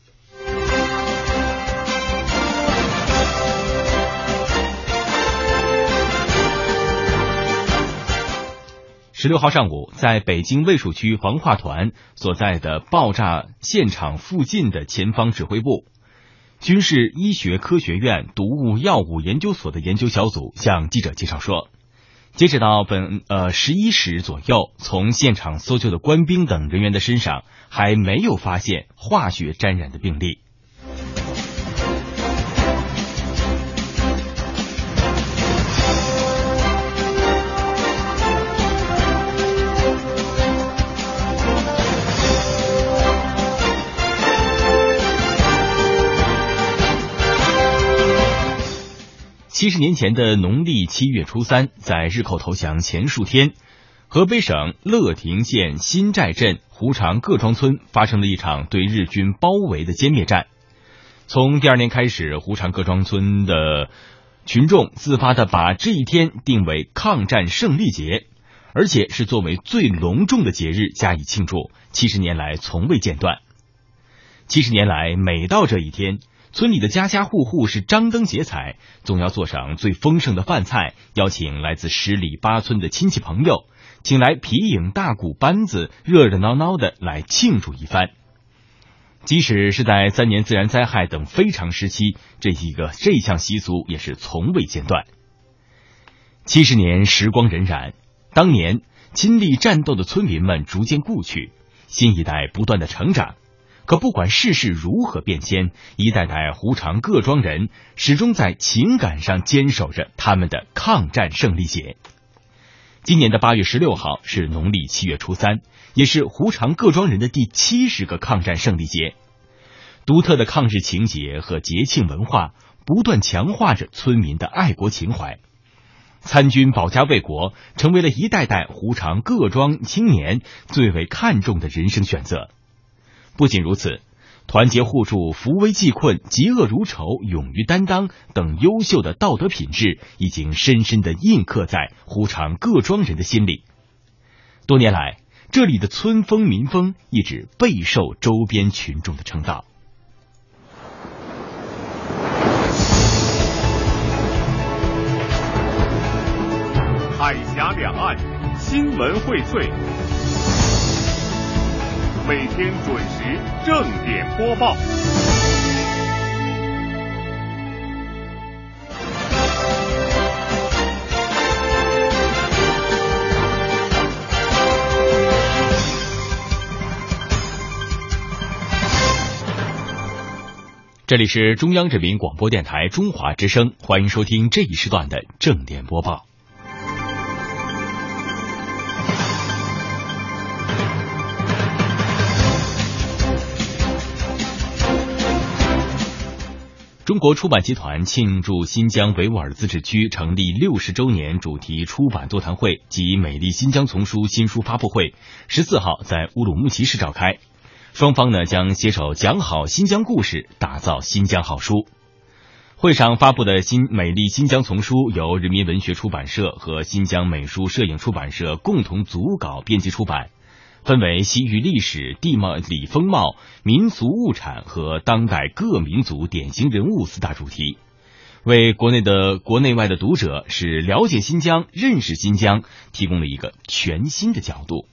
十六号上午，在北京卫戍区防化团所在的爆炸现场附近的前方指挥部，军事医学科学院毒物药物研究所的研究小组向记者介绍说，截止到本呃十一时左右，从现场搜救的官兵等人员的身上还没有发现化学沾染的病例。七十年前的农历七月初三，在日寇投降前数天，河北省乐亭县新寨镇胡长各庄村发生了一场对日军包围的歼灭战。从第二年开始，胡长各庄村的群众自发地把这一天定为抗战胜利节，而且是作为最隆重的节日加以庆祝，七十年来从未间断。七十年来，每到这一天，村里的家家户户是张灯结彩，总要做上最丰盛的饭菜，邀请来自十里八村的亲戚朋友，请来皮影大鼓班子，热热闹闹的来庆祝一番。即使是在三年自然灾害等非常时期，这一个这项习俗也是从未间断。七十年时光荏苒，当年亲历战斗的村民们逐渐故去，新一代不断的成长。可不管世事如何变迁，一代代胡长各庄人始终在情感上坚守着他们的抗战胜利节。今年的八月十六号是农历七月初三，也是胡长各庄人的第七十个抗战胜利节。独特的抗日情节和节庆文化不断强化着村民的爱国情怀。参军保家卫国成为了一代代胡长各庄青年最为看重的人生选择。不仅如此，团结互助、扶危济困、嫉恶如仇、勇于担当等优秀的道德品质已经深深地印刻在胡长各庄人的心里。多年来，这里的村风民风一直备受周边群众的称道。 海峡两岸新闻荟萃，每天准时正点播报。 这里是中央人民广播电台中华之声，欢迎收听这一时段的正点播报。中国出版集团庆祝新疆维吾尔自治区成立六十周年主题出版座谈会及美丽新疆丛书新书发布会十四号在乌鲁木齐市召开。双方呢将携手讲好新疆故事，打造新疆好书。会上发布的新美丽新疆丛书由人民文学出版社和新疆美术摄影出版社共同组稿编辑出版，分为西域历史、地理风貌、民俗物产和当代各民族典型人物四大主题，为国内的国内外的读者是了解新疆、认识新疆提供了一个全新的角度。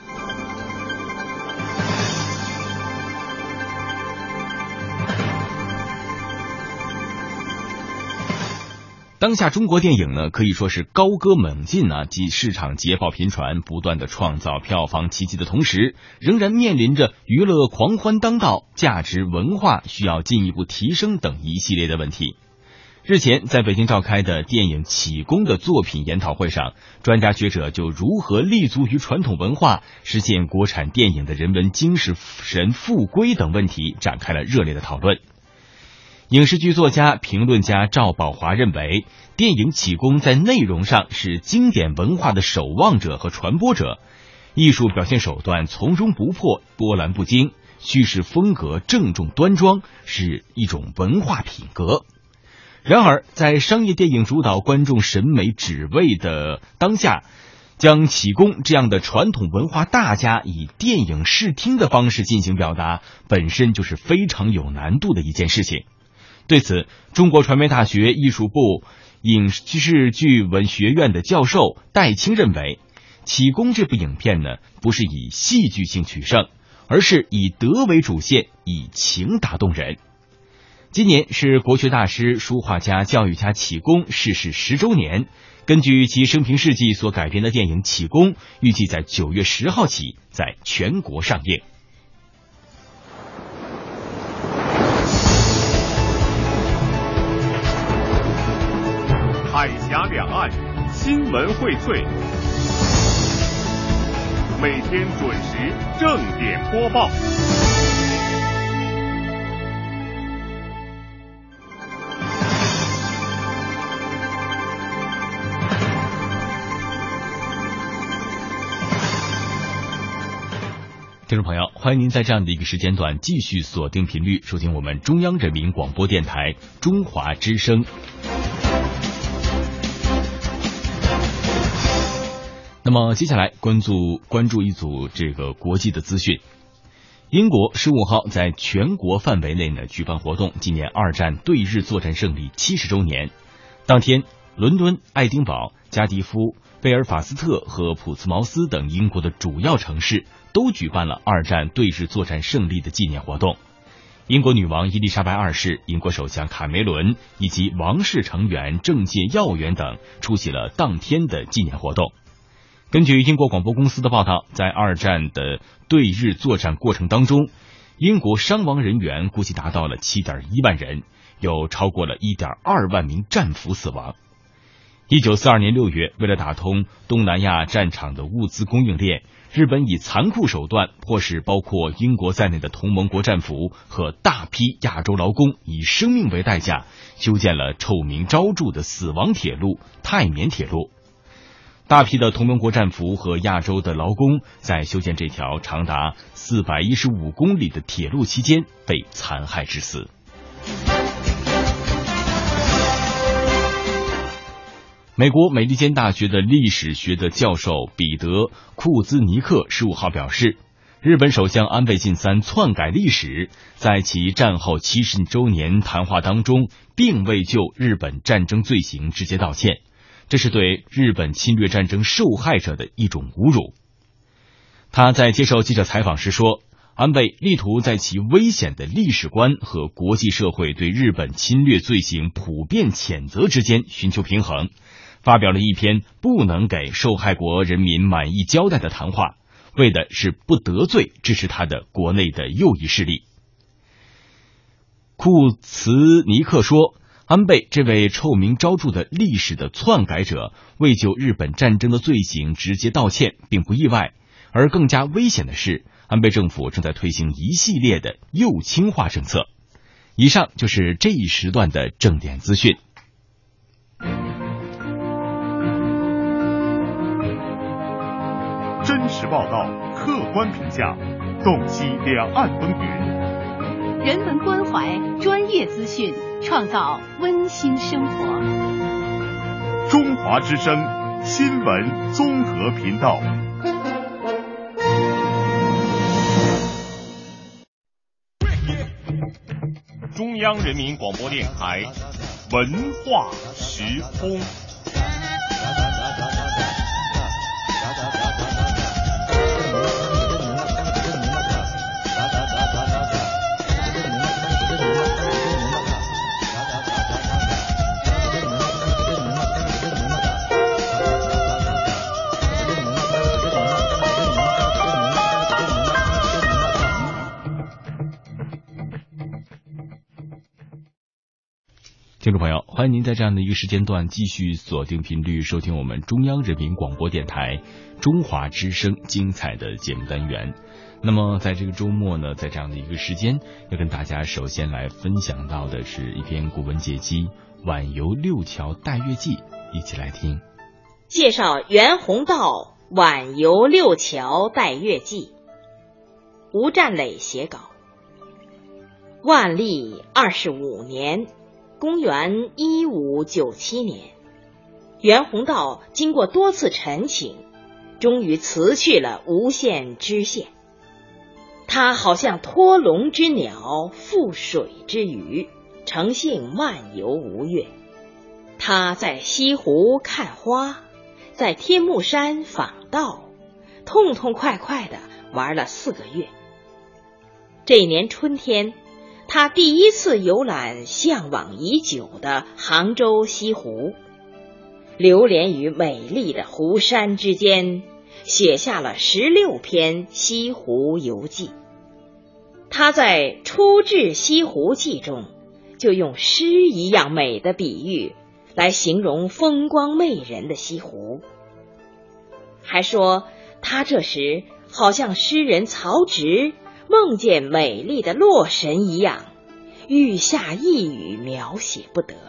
当下中国电影呢可以说是高歌猛进啊，及市场捷报频传，不断的创造票房奇迹的同时，仍然面临着娱乐狂欢当道、价值文化需要进一步提升等一系列的问题。 日前在北京召开的电影《启功》的作品研讨会上，专家学者就如何立足于传统文化，实现国产电影的人文精神复归等问题展开了热烈的讨论。影视剧作家、评论家赵宝华认为，电影《启功》在内容上是经典文化的守望者和传播者，艺术表现手段从容不迫、波澜不惊，叙事风格郑重端庄，是一种文化品格。然而，在商业电影主导观众审美旨味的当下，将启功这样的传统文化大家以电影视听的方式进行表达，本身就是非常有难度的一件事情。对此，中国传媒大学艺术部影视剧文学院的教授戴青认为，启功这部影片呢，不是以戏剧性取胜，而是以德为主线，以情打动人。今年是国学大师、书画家、教育家启功逝世十周年。根据其生平事迹所改编的电影《启功》，预计在九月十号起在全国上映。 海峡两岸新闻荟萃，每天准时正点播报。 听众朋友，欢迎您在这样的一个时间段继续锁定频率，收听我们中央人民广播电台中华之声。那么接下来关注关注一组这个国际的资讯。英国十五号在全国范围内呢举办活动，纪念二战对日作战胜利七十周年。当天，伦敦、爱丁堡、加迪夫、贝尔法斯特和普茨茅斯等英国的主要城市都举办了二战对日作战胜利的纪念活动。英国女王伊丽莎白二世、英国首相卡梅伦以及王室成员、政界要员等出席了当天的纪念活动。根据英国广播公司的报道，在二战的对日作战过程当中，英国伤亡人员估计达到了 七点一万人，有超过了 一点二万名战俘死亡。一九四二年六月，为了打通东南亚战场的物资供应链，日本以残酷手段迫使包括英国在内的同盟国战俘和大批亚洲劳工以生命为代价修建了臭名昭著的死亡铁路泰缅铁路。大批的同盟国战俘和亚洲的劳工在修建这条长达四百一十五公里的铁路期间被残害致死。美国美利坚大学的历史学的教授彼得·库兹尼克十五号表示，日本首相安倍晋三篡改历史，在其战后七十周年谈话当中，并未就日本战争罪行直接道歉，这是对日本侵略战争受害者的一种侮辱。他在接受记者采访时说，安倍力图在其危险的历史观和国际社会对日本侵略罪行普遍谴责之间寻求平衡，发表了一篇不能给受害国人民满意交代的谈话，为的是不得罪支持他的国内的右翼势力。库茨尼克说，安倍这位臭名昭著的历史的篡改者未就日本战争的罪行直接道歉并不意外，而更加危险的是，安倍政府正在推行一系列的右倾化政策。以上就是这一时段的正点资讯。 真实报道，客观评价，洞悉两岸风云， 人文关怀，专业资讯，创造温馨生活。 中华之声新闻综合频道。中央人民广播电台文化时空。 听众朋友，欢迎您在这样的一个时间段继续锁定频率收听我们中央人民广播电台中华之声精彩的节目单元。那么在这个周末呢，在这样的一个时间，要跟大家首先来分享到的是一篇古文解析《晚游六桥待月记》，一起来听。 介绍袁宏道晚游六桥待月记，吴占磊写稿。万历二十五年，公元一五九七年，袁宏道经过多次陈情，终于辞去了吴县知县。他好像脱笼之鸟，覆水之鱼，诚性漫游无越。他在西湖看花，在天目山访道，痛痛快快地玩了四个月。这一年春天，他第一次游览向往已久的杭州西湖，流连于美丽的湖山之间，写下了十六篇西湖游记。他在《初至西湖记》中，就用诗一样美的比喻来形容风光媚人的西湖，还说他这时好像诗人曹植梦见美丽的洛神一样，欲下一语描写不得，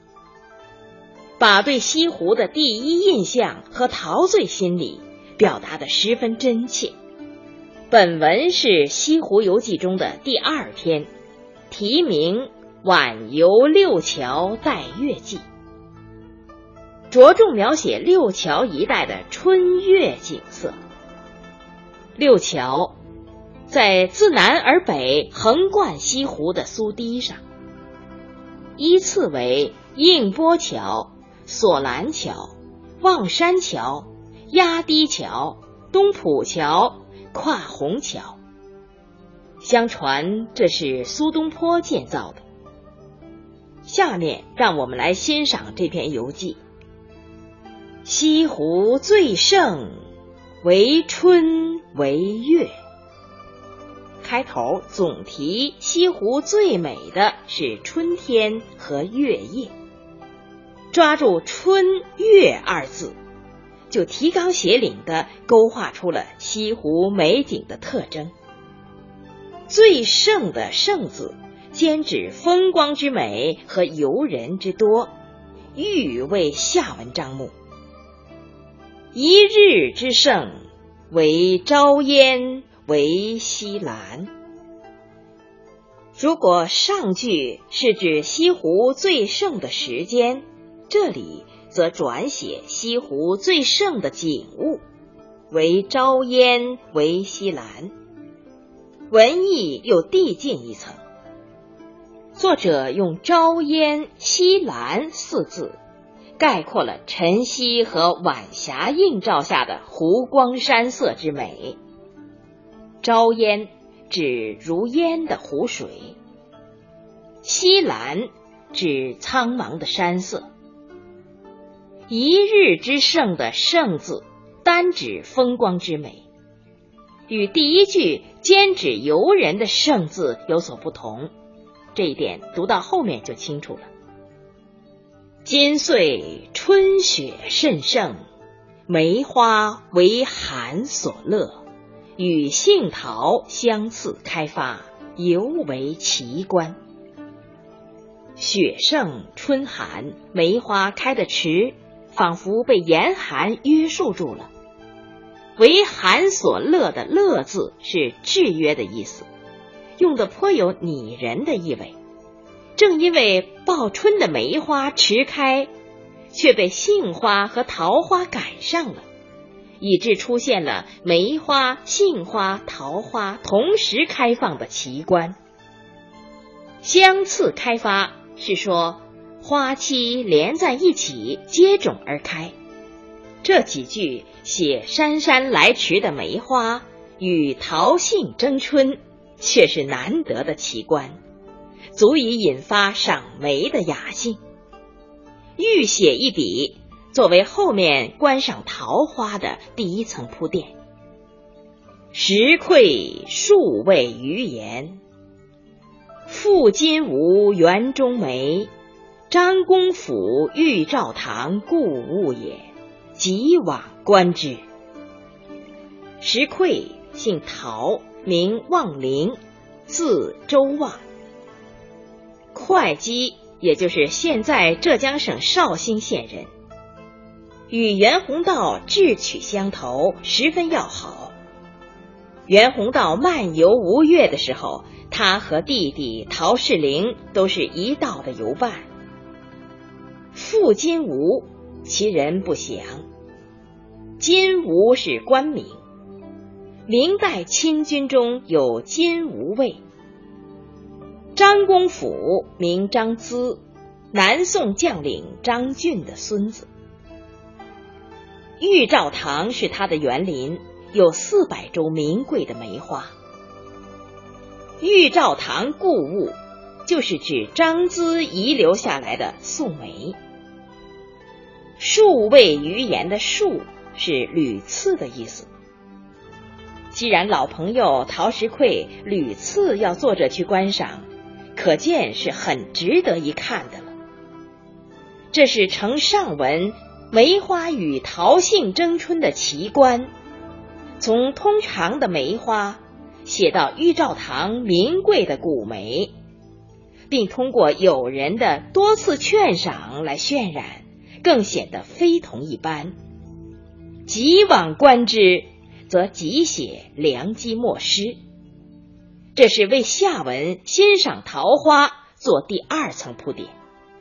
把对西湖的第一印象和陶醉心理表达得十分真切。本文是《西湖游记》中的第二篇，题名《晚游六桥待月记》，着重描写六桥一带的春月景色。六桥在自南而北横贯西湖的苏堤上，依次为映波桥、索兰桥、望山桥、压堤桥、东浦桥、跨虹桥。相传这是苏东坡建造的。下面让我们来欣赏这篇游记。西湖最盛，为春为月。开头总提西湖最美的是春天和月夜，抓住春月二字，就提纲挈领地勾画出了西湖美景的特征。最盛的盛字，兼指风光之美和游人之多，欲为下文章目。一日之盛，为朝烟，为西兰。如果上句是指西湖最盛的时间，这里则转写西湖最盛的景物，为朝烟，为西兰。文意又递进一层，作者用朝烟、西兰四字概括了晨曦和晚霞映照下的湖光山色之美。朝烟指如烟的湖水，西兰指苍茫的山色。一日之盛的盛字单指风光之美，与第一句兼指游人的盛字有所不同，这一点读到后面就清楚了。今岁春雪甚盛，梅花为寒所乐，与杏桃相次开发，尤为奇观。雪盛春寒，梅花开得迟，仿佛被严寒约束住了。为寒所乐的乐字是制约的意思，用的颇有拟人的意味。正因为报春的梅花迟开，却被杏花和桃花赶上了，以致出现了梅花、杏花、桃花同时开放的奇观。相次开发是说花期连在一起，接踵而开。这几句写姗姗来迟的梅花与桃杏争春，却是难得的奇观，足以引发赏梅的雅兴。欲写一笔，作为后面观赏桃花的第一层铺垫。时愧数位余言，复今无园中梅， 张公甫玉照堂故物也，即往观之。石馈姓陶，名望陵，字周望，会稽也就是现在浙江省绍兴县人，与袁宏道志趣相投，十分要好。袁宏道漫游吴越的时候，他和弟弟陶世龄都是一道的游伴。父金吾，其人不详。金吾是官名，明代清军中有金吾卫。张公甫名张咨，南宋将领张俊的孙子。玉照堂是他的园林，有四百株名贵的梅花。玉照堂故物就是指张咨遗留下来的素梅。数位余言的数是屡次的意思。既然老朋友陶石馈屡次要作者去观赏，可见是很值得一看的了。这是承上文梅花与陶姓争春的奇观，从通常的梅花写到玉照堂名贵的古梅，并通过友人的多次劝赏来渲染，更显得非同一般。即往观之，则即写良机墨诗，这是为下文欣赏桃花做第二层铺垫。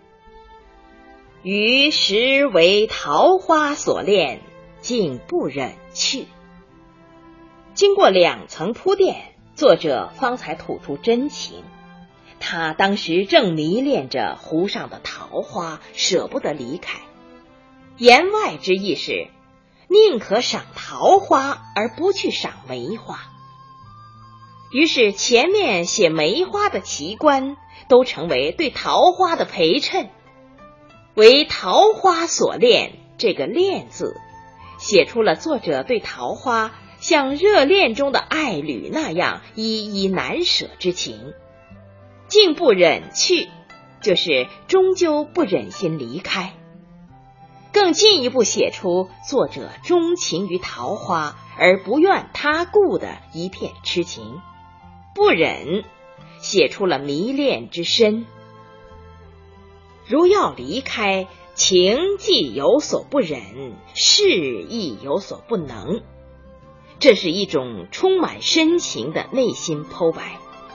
余实为桃花所恋，竟不忍去。经过两层铺垫，作者方才吐出真情。他当时正迷恋着湖上的桃花，舍不得离开。言外之意是，宁可赏桃花而不去赏梅花。于是前面写梅花的奇观都成为对桃花的陪衬。为桃花所恋，这个恋字写出了作者对桃花像热恋中的爱侣那样依依难舍之情。竟不忍去，就是终究不忍心离开。更进一步写出作者钟情于桃花而不愿他顾的一片痴情。不忍写出了迷恋之深。如要离开，情既有所不忍，事亦有所不能。这是一种充满深情的内心剖白。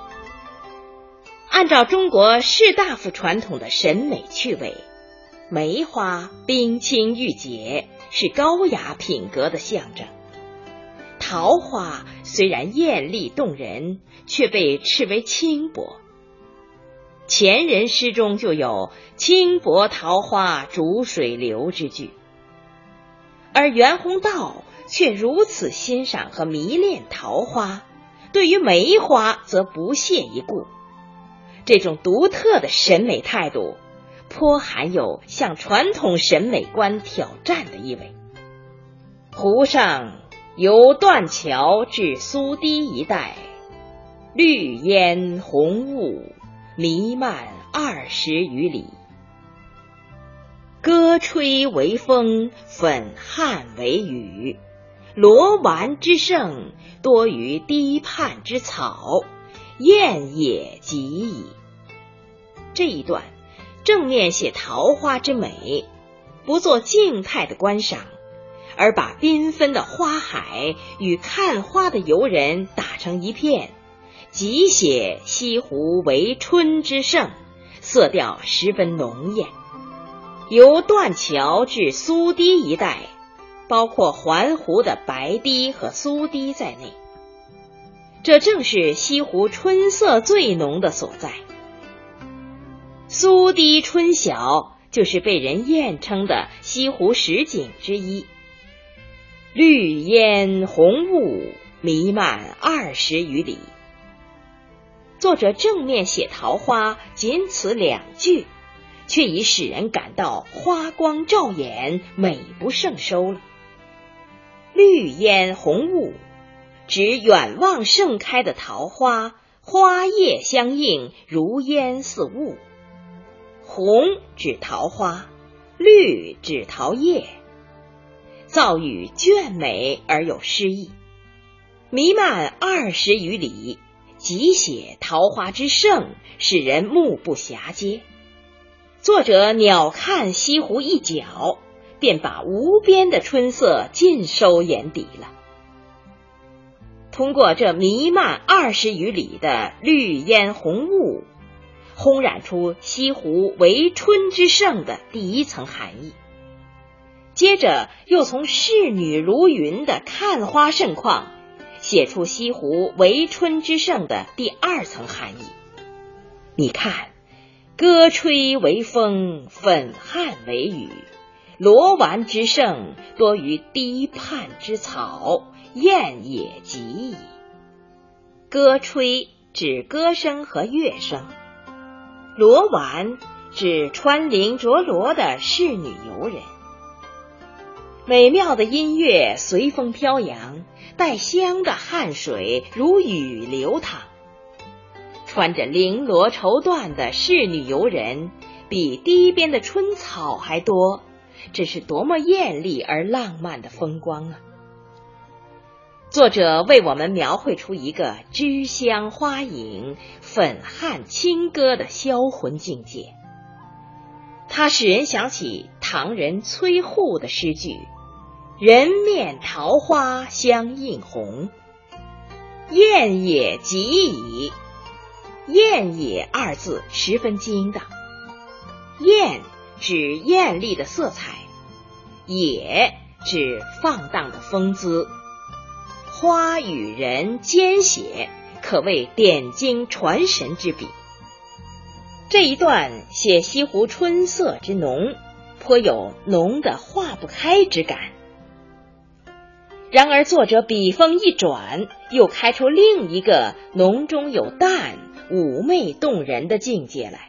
按照中国士大夫传统的审美趣味，梅花冰清玉洁，是高雅品格的象征。桃花虽然艳丽动人，却被斥为轻薄。前人诗中就有轻薄桃花逐水流之句，而袁宏道却如此欣赏和迷恋桃花，对于梅花则不屑一顾。这种独特的审美态度颇含有向传统审美观挑战的意味。湖上由断桥至苏堤一带，绿烟红雾弥漫二十余里。歌吹为风，粉汉为雨，罗丸之盛，多于堤畔之草，艳也极矣。这一段正面写桃花之美，不做静态的观赏，而把缤纷的花海与看花的游人打成一片，即写西湖为春之盛，色调十分浓艳。由断桥至苏堤一带，包括环湖的白堤和苏堤在内，这正是西湖春色最浓的所在。苏堤春晓就是被人艳称的西湖十景之一。绿烟红雾弥漫二十余里。作者正面写桃花仅此两句，却已使人感到花光照眼，美不胜收了。绿烟红雾指远望盛开的桃花，花叶相映，如烟似雾。 红指桃花，绿指桃叶。造语隽美而有诗意，弥漫二十余里，极写桃花之盛，使人目不暇接。作者鸟瞰西湖一角，便把无边的春色尽收眼底了。通过这弥漫二十余里的绿烟红雾，烘染出西湖为春之盛的第一层含义。接着又从仕女如云的看花盛况，写出西湖为春之盛的第二层含义。你看，歌吹为风，粉汉为雨，罗丸之盛，多于堤畔之草，燕也极矣。歌吹指歌声和乐声，罗丸指穿绫着罗的仕女游人。美妙的音乐随风飘扬，带香的汗水如雨流淌。穿着绫罗绸缎的仕女游人比堤边的春草还多，这是多么艳丽而浪漫的风光啊！作者为我们描绘出一个脂香花影、粉汉清歌的销魂境界。它使人想起唐人崔护的诗句：人面桃花相映红，艳也极矣。艳也二字十分精当，艳指艳丽的色彩，也指放荡的风姿。花与人兼写，可谓点睛传神之笔。这一段写西湖春色之浓，颇有浓的化不开之感。然而作者笔锋一转，又开出另一个浓中有淡、妩媚动人的境界来。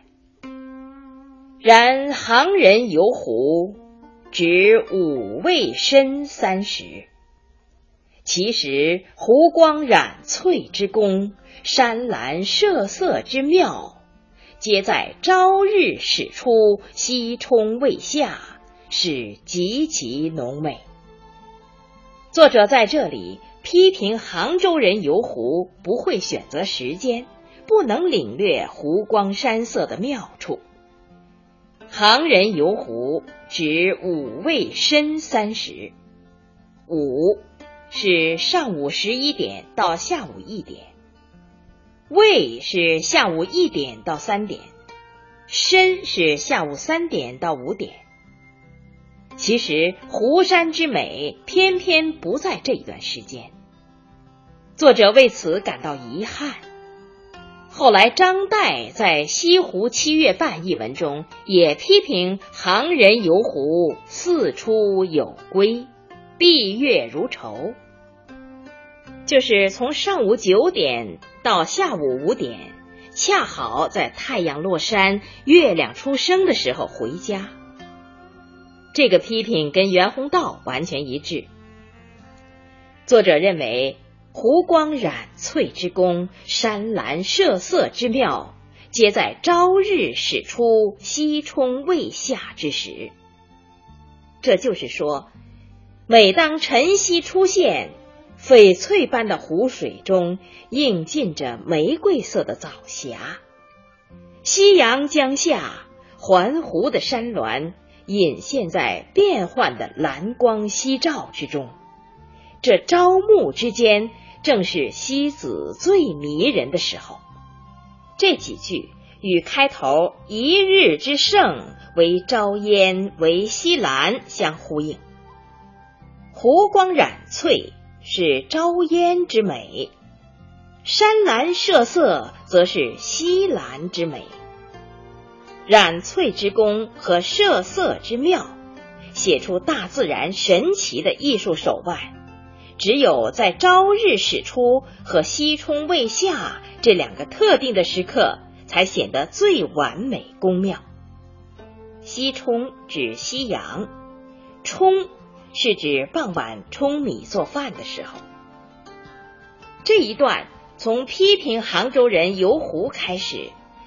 然行人游湖，只五味深三十。其实湖光染翠之功，山岚射色之妙，皆在朝日始出，夕冲未下，是极其浓美。作者在这里批评杭州人游湖不会选择时间，不能领略湖光山色的妙处。杭人游湖指午未申三时，午是上午十一点到下午一点，未是下午一点到三点，申是下午三点到五点。其实湖山之美偏偏不在这一段时间，作者为此感到遗憾。后来张岱在《西湖七月半》一文中也批评杭人游湖四出有归，闭月如愁，就是从上午九点到下午五点，恰好在太阳落山、月亮出生的时候回家。这个批评跟袁宏道完全一致。作者认为湖光染翠之功，山岚射色之妙，皆在朝日始出，夕冲未下之时。这就是说，每当晨曦出现，翡翠般的湖水中映进着玫瑰色的藻霞，夕阳将下，环湖的山峦隐现在变幻的蓝光夕照之中。这朝暮之间，正是西子最迷人的时候。这几句与开头一日之盛，为朝烟，为西兰相呼应。湖光染翠是朝烟之美，山岚射色则是西兰之美。染翠之功和射色之妙，写出大自然神奇的艺术手腕，只有在朝日始出和夕冲未下这两个特定的时刻，才显得最完美工妙。夕冲指夕阳，冲是指傍晚舂米做饭的时候。这一段从批评杭州人游湖开始，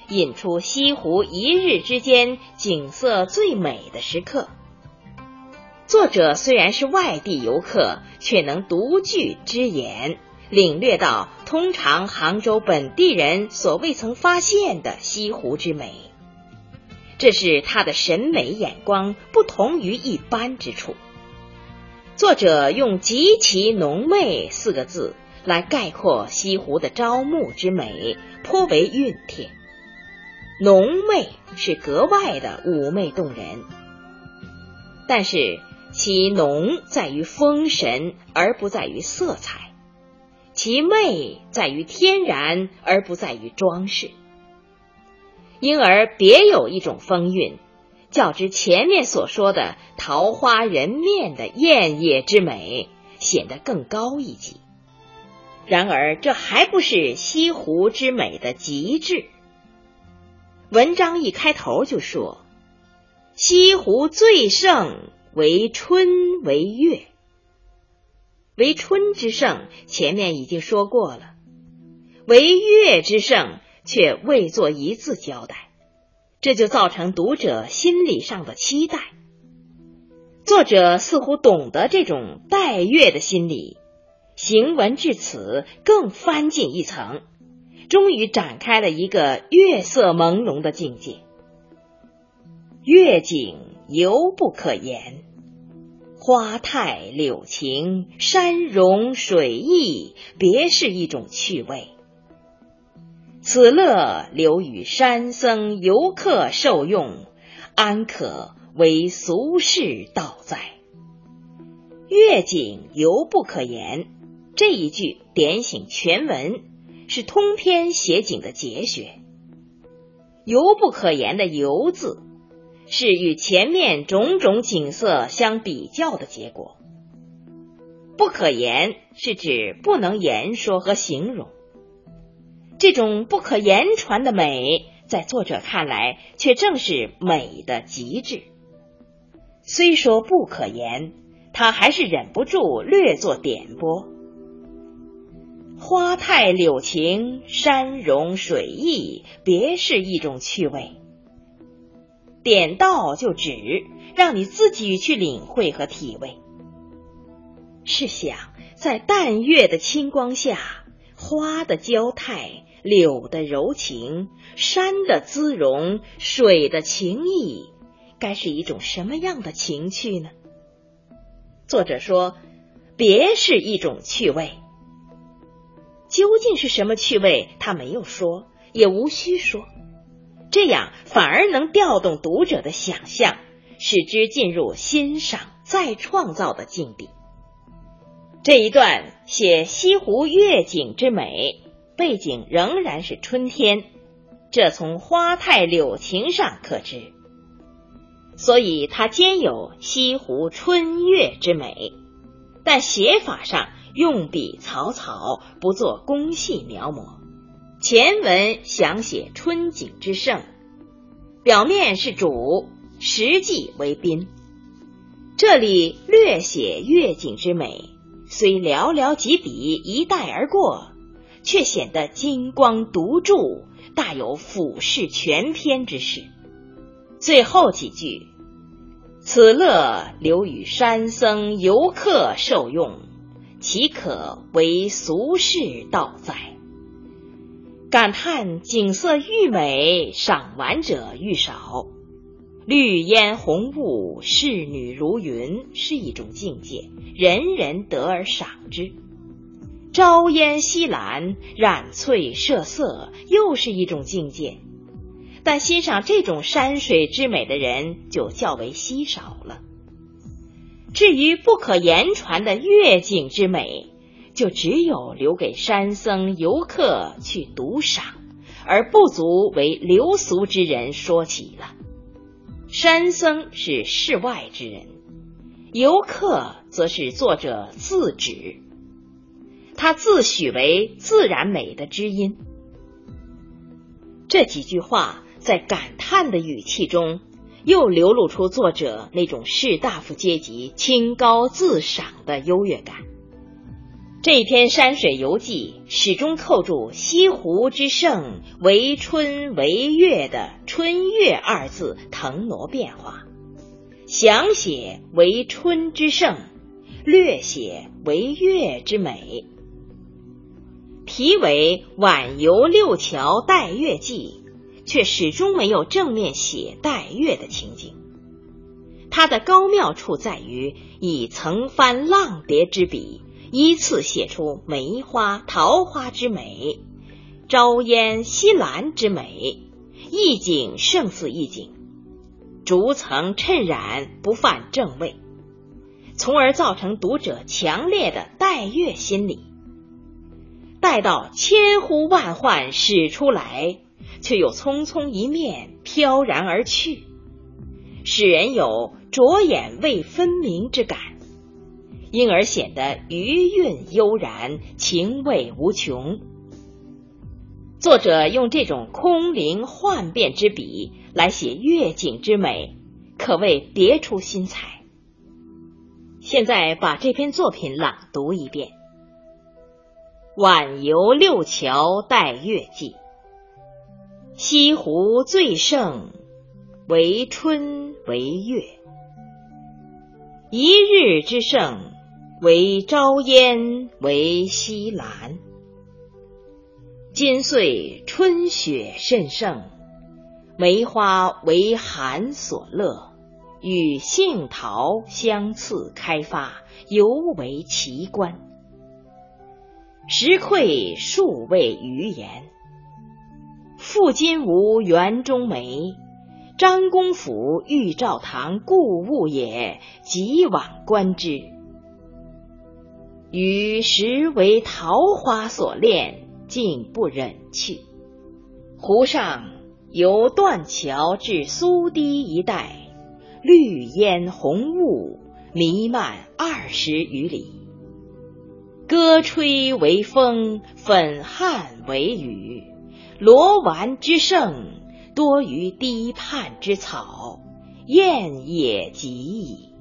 引出西湖一日之间景色最美的时刻。作者虽然是外地游客，却能独具之眼，领略到通常杭州本地人所未曾发现的西湖之美。这是他的审美眼光不同于一般之处。作者用极其浓媚四个字来概括西湖的朝暮之美，颇为熨帖。浓媚是格外的妩媚动人，但是其浓在于风神，而不在于色彩；其媚在于天然，而不在于装饰。因而别有一种风韵，较之前面所说的桃花人面的艳野之美，显得更高一级。然而这还不是西湖之美的极致。文章一开头就说，西湖最盛，为春为月。为春之盛前面已经说过了，为月之盛却未做一字交代，这就造成读者心理上的期待。作者似乎懂得这种待月的心理，行文至此更翻进一层，终于展开了一个月色朦胧的境界。月景犹不可言，花态柳情，山容水意，别是一种趣味。此乐留与山僧游客受用，安可为俗世道哉？月景犹不可言，这一句点醒全文，是通篇写景的节选。犹不可言的犹字，是与前面种种景色相比较的结果。不可言是指不能言说和形容。这种不可言传的美，在作者看来却正是美的极致。虽说不可言，他还是忍不住略作点拨。花态柳情，山容水意，别是一种趣味。点到就止，让你自己去领会和体味。试想，在淡月的清光下，花的娇态，柳的柔情，山的姿容，水的情意，该是一种什么样的情趣呢？作者说，别是一种趣味。究竟是什么趣味，他没有说，也无需说，这样反而能调动读者的想象，使之进入欣赏再创造的境地。这一段写西湖月景之美，背景仍然是春天，这从花态柳情上可知，所以它兼有西湖春月之美，但写法上用笔草草，不做工细描摹。前文详写春景之盛，表面是主，实际为宾。这里略写月景之美，虽寥寥几笔一带而过，却显得金光独注，大有俯视全篇之势。最后几句，此乐留与山僧游客受用，岂可为俗世道哉？感叹景色愈美，赏玩者愈少。绿烟红雾，仕女如云，是一种境界，人人得而赏之。朝烟夕蓝，染翠麝色，又是一种境界，但欣赏这种山水之美的人就较为稀少了。至于不可言传的月景之美，就只有留给山僧游客去独赏，而不足为流俗之人说起了。山僧是世外之人，游客则是作者自指，他自诩为自然美的知音。这几句话在感叹的语气中，又流露出作者那种士大夫阶级清高自赏的优越感。 这篇山水游记始终扣住西湖之胜为春为月的春月二字腾挪变化，详写为春之胜，略写为月之美。题为晚游六桥待月记，却始终没有正面写待月的情景。它的高妙处在于以层帆浪叠之笔，依次写出梅花桃花之美，朝烟夕兰之美，一景胜似一景，逐层衬染不犯正位，从而造成读者强烈的待月心理。待到千呼万唤始出来，却又匆匆一面飘然而去，使人有着眼未分明之感，因而显得余韵悠然，情味无穷。作者用这种空灵幻变之笔来写月景之美，可谓别出心裁。现在把这篇作品朗读一遍。晚游六桥待月记，西湖最胜为春为月，一日之胜为朝烟为夕兰。今岁春雪甚盛，梅花为寒所乐，与杏桃相次开发，尤为奇观。实愧数位余言。傅金吾园中梅，张公甫玉照堂故物也，即往观之。余实为桃花所恋，竟不忍去。湖上由断桥至苏堤一带，绿烟红雾弥漫二十余里。歌吹为风，粉汉为雨，罗丸之盛，多于堤畔之草，艳也极矣。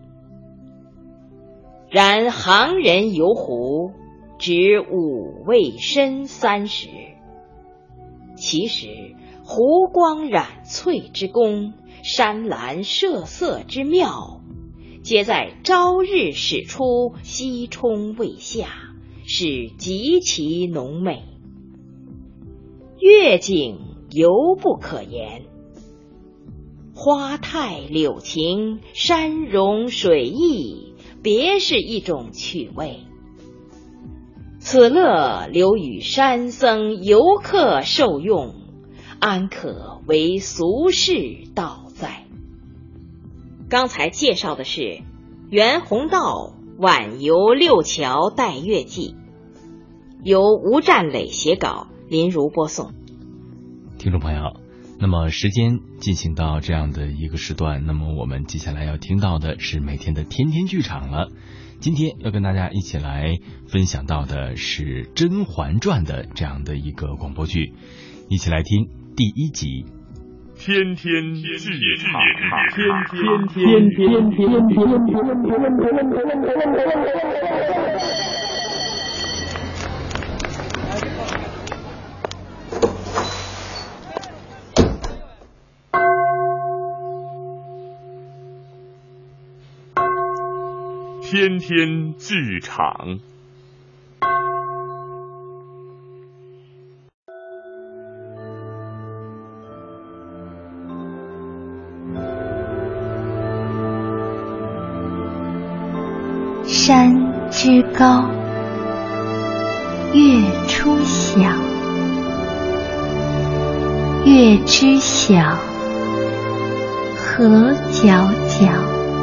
然行人游湖，只五味深三十。其实湖光染翠之功，山岚设色之妙，皆在朝日始出，夕冲未下，是极其浓美。月景犹不可言，花态柳情，山容水意，别是一种趣味。此乐留与山僧游客受用，安可为俗世道哉？刚才介绍的是袁宏道晚游六桥待月记，由吴占磊写稿，林如播送。 听众朋友，那么时间进行到这样的一个时段，那么我们接下来要听到的是每天的天天剧场了。今天要跟大家一起来分享到的是《甄嬛传》的这样的一个广播剧，一起来听第一集。 天天剧场， 天天天天天天天剧场。 山之高，月出晓，月之晓，何皎皎。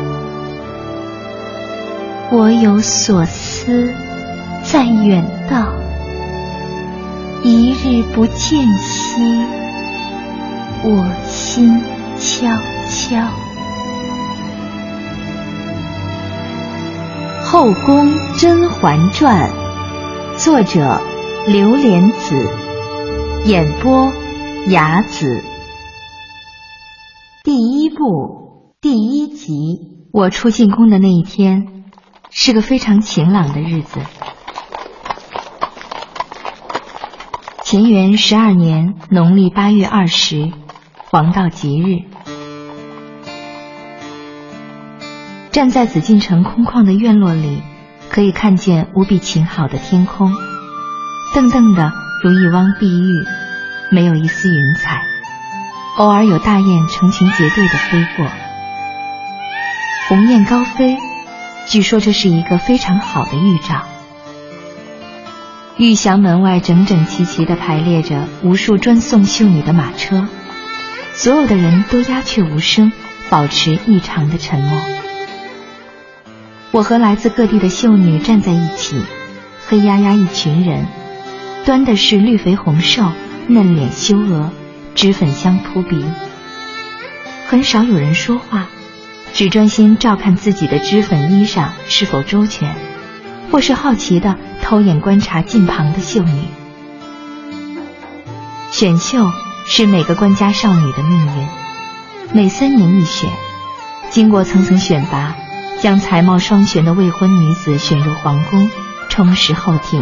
我有所思在远道，一日不见兮，我心悄悄。《后宫甄嬛传》，作者刘莲子，演播雅子。第一部第一集。我出进宫的那一天是个非常晴朗的日子， 乾元十二年农历八月二十，黄道吉日。站在紫禁城空旷的院落里，可以看见无比晴好的天空，澄澄的如一汪碧玉，没有一丝云彩，偶尔有大雁成群结队地飞过，鸿雁高飞，据说这是一个非常好的预兆。玉祥门外整整齐齐地排列着无数专送秀女的马车，所有的人都鸦雀无声，保持异常的沉默。我和来自各地的秀女站在一起，黑压压一群人，端的是绿肥红瘦，嫩脸修额，脂粉香扑鼻。很少有人说话，只专心照看自己的脂粉衣裳是否周全，或是好奇地偷眼观察近旁的秀女。选秀是每个官家少女的命运，每三年一选，经过层层选拔，将才貌双全的未婚女子选入皇宫，充实后庭。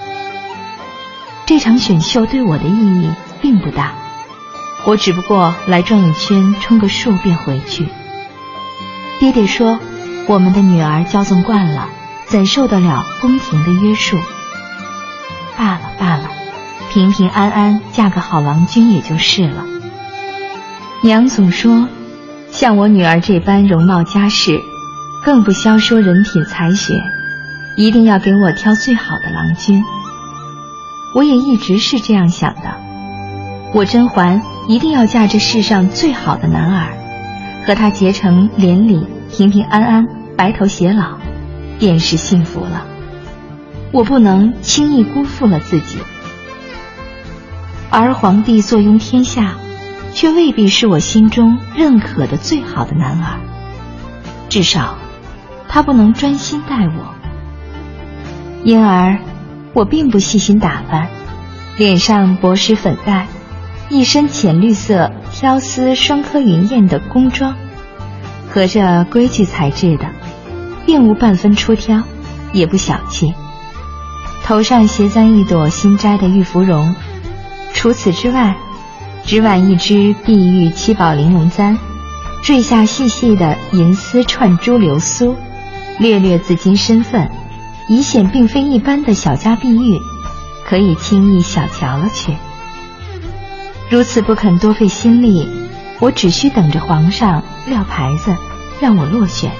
这场选秀对我的意义并不大，我只不过来转一圈，冲个数便回去。爹爹说，我们的女儿骄纵惯了，怎受得了宫廷的约束？罢了罢了，平平安安嫁个好郎君也就是了。娘总说，像我女儿这般容貌家世，更不消说人品才学，一定要给我挑最好的郎君。我也一直是这样想的，我甄嬛一定要嫁这世上最好的男儿，和他结成连理，平平安安，白头偕老，便是幸福了。我不能轻易辜负了自己。而皇帝坐拥天下，却未必是我心中认可的最好的男儿，至少他不能专心待我。因而我并不细心打扮，脸上薄施粉黛，一身浅绿色挑丝双颗云燕的宫装，合着规矩材质的，并无半分出挑，也不小气。头上斜簪一朵新摘的玉芙蓉，除此之外，只挽一只碧玉七宝玲珑簪，坠下细细的银丝串珠流苏，略略自矜身份，以显并非一般的小家碧玉，可以轻易小瞧了去。如此不肯多费心力，我只需等着皇上撂牌子，让我落选。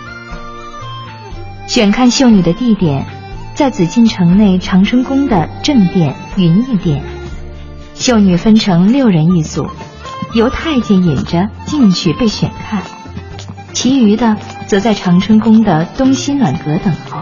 选看秀女的地点在紫禁城内长春宫的正殿、云翼殿，秀女分成六人一组，由太监引着进去被选看，其余的则在长春宫的东西暖阁等候。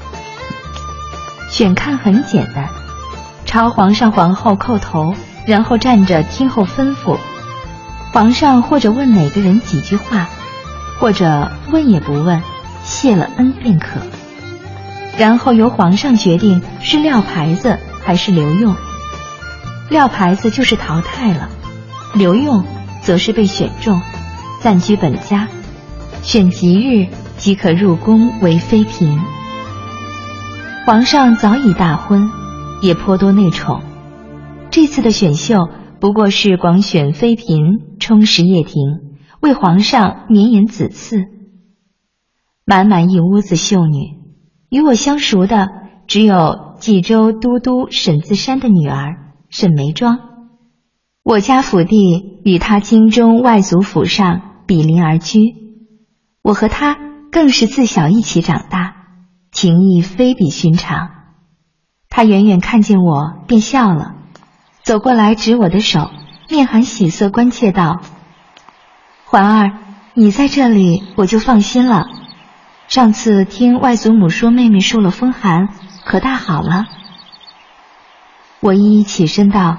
选看很简单，朝皇上皇后叩头，然后站着听候吩咐。皇上或者问哪个人几句话，或者问也不问，谢了恩便可。然后由皇上决定是撂牌子还是留用。撂牌子就是淘汰了，留用则是被选中，暂居本家，选吉日即可入宫为妃嫔。皇上早已大婚，也颇多内宠，这次的选秀不过是广选妃嫔，充实掖庭，为皇上绵延子嗣。满满一屋子秀女，与我相熟的只有冀州都督沈自山的女儿沈眉庄。我家府邸与她京中外祖府上比邻而居，我和她更是自小一起长大，情谊非比寻常。她远远看见我便笑了，走过来指我的手，面含喜色，关切道：“环儿，你在这里，我就放心了。上次听外祖母说妹妹受了风寒，可大好了？”我一一起身道：“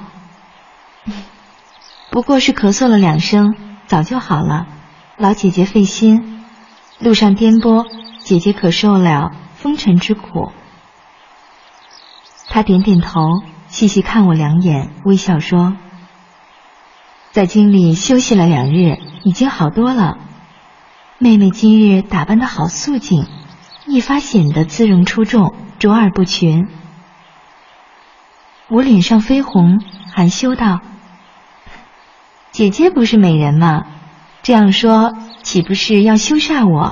不过是咳嗽了两声，早就好了。老姐姐费心，路上颠簸，姐姐可受了风尘之苦。”她点点头，细细看我两眼，微笑说：“在京里休息了两日，已经好多了。妹妹今日打扮得好素净，一发显得姿容出众，卓尔不群。” 我脸上绯红，含羞道：“姐姐不是美人吗？这样说岂不是要羞煞我？”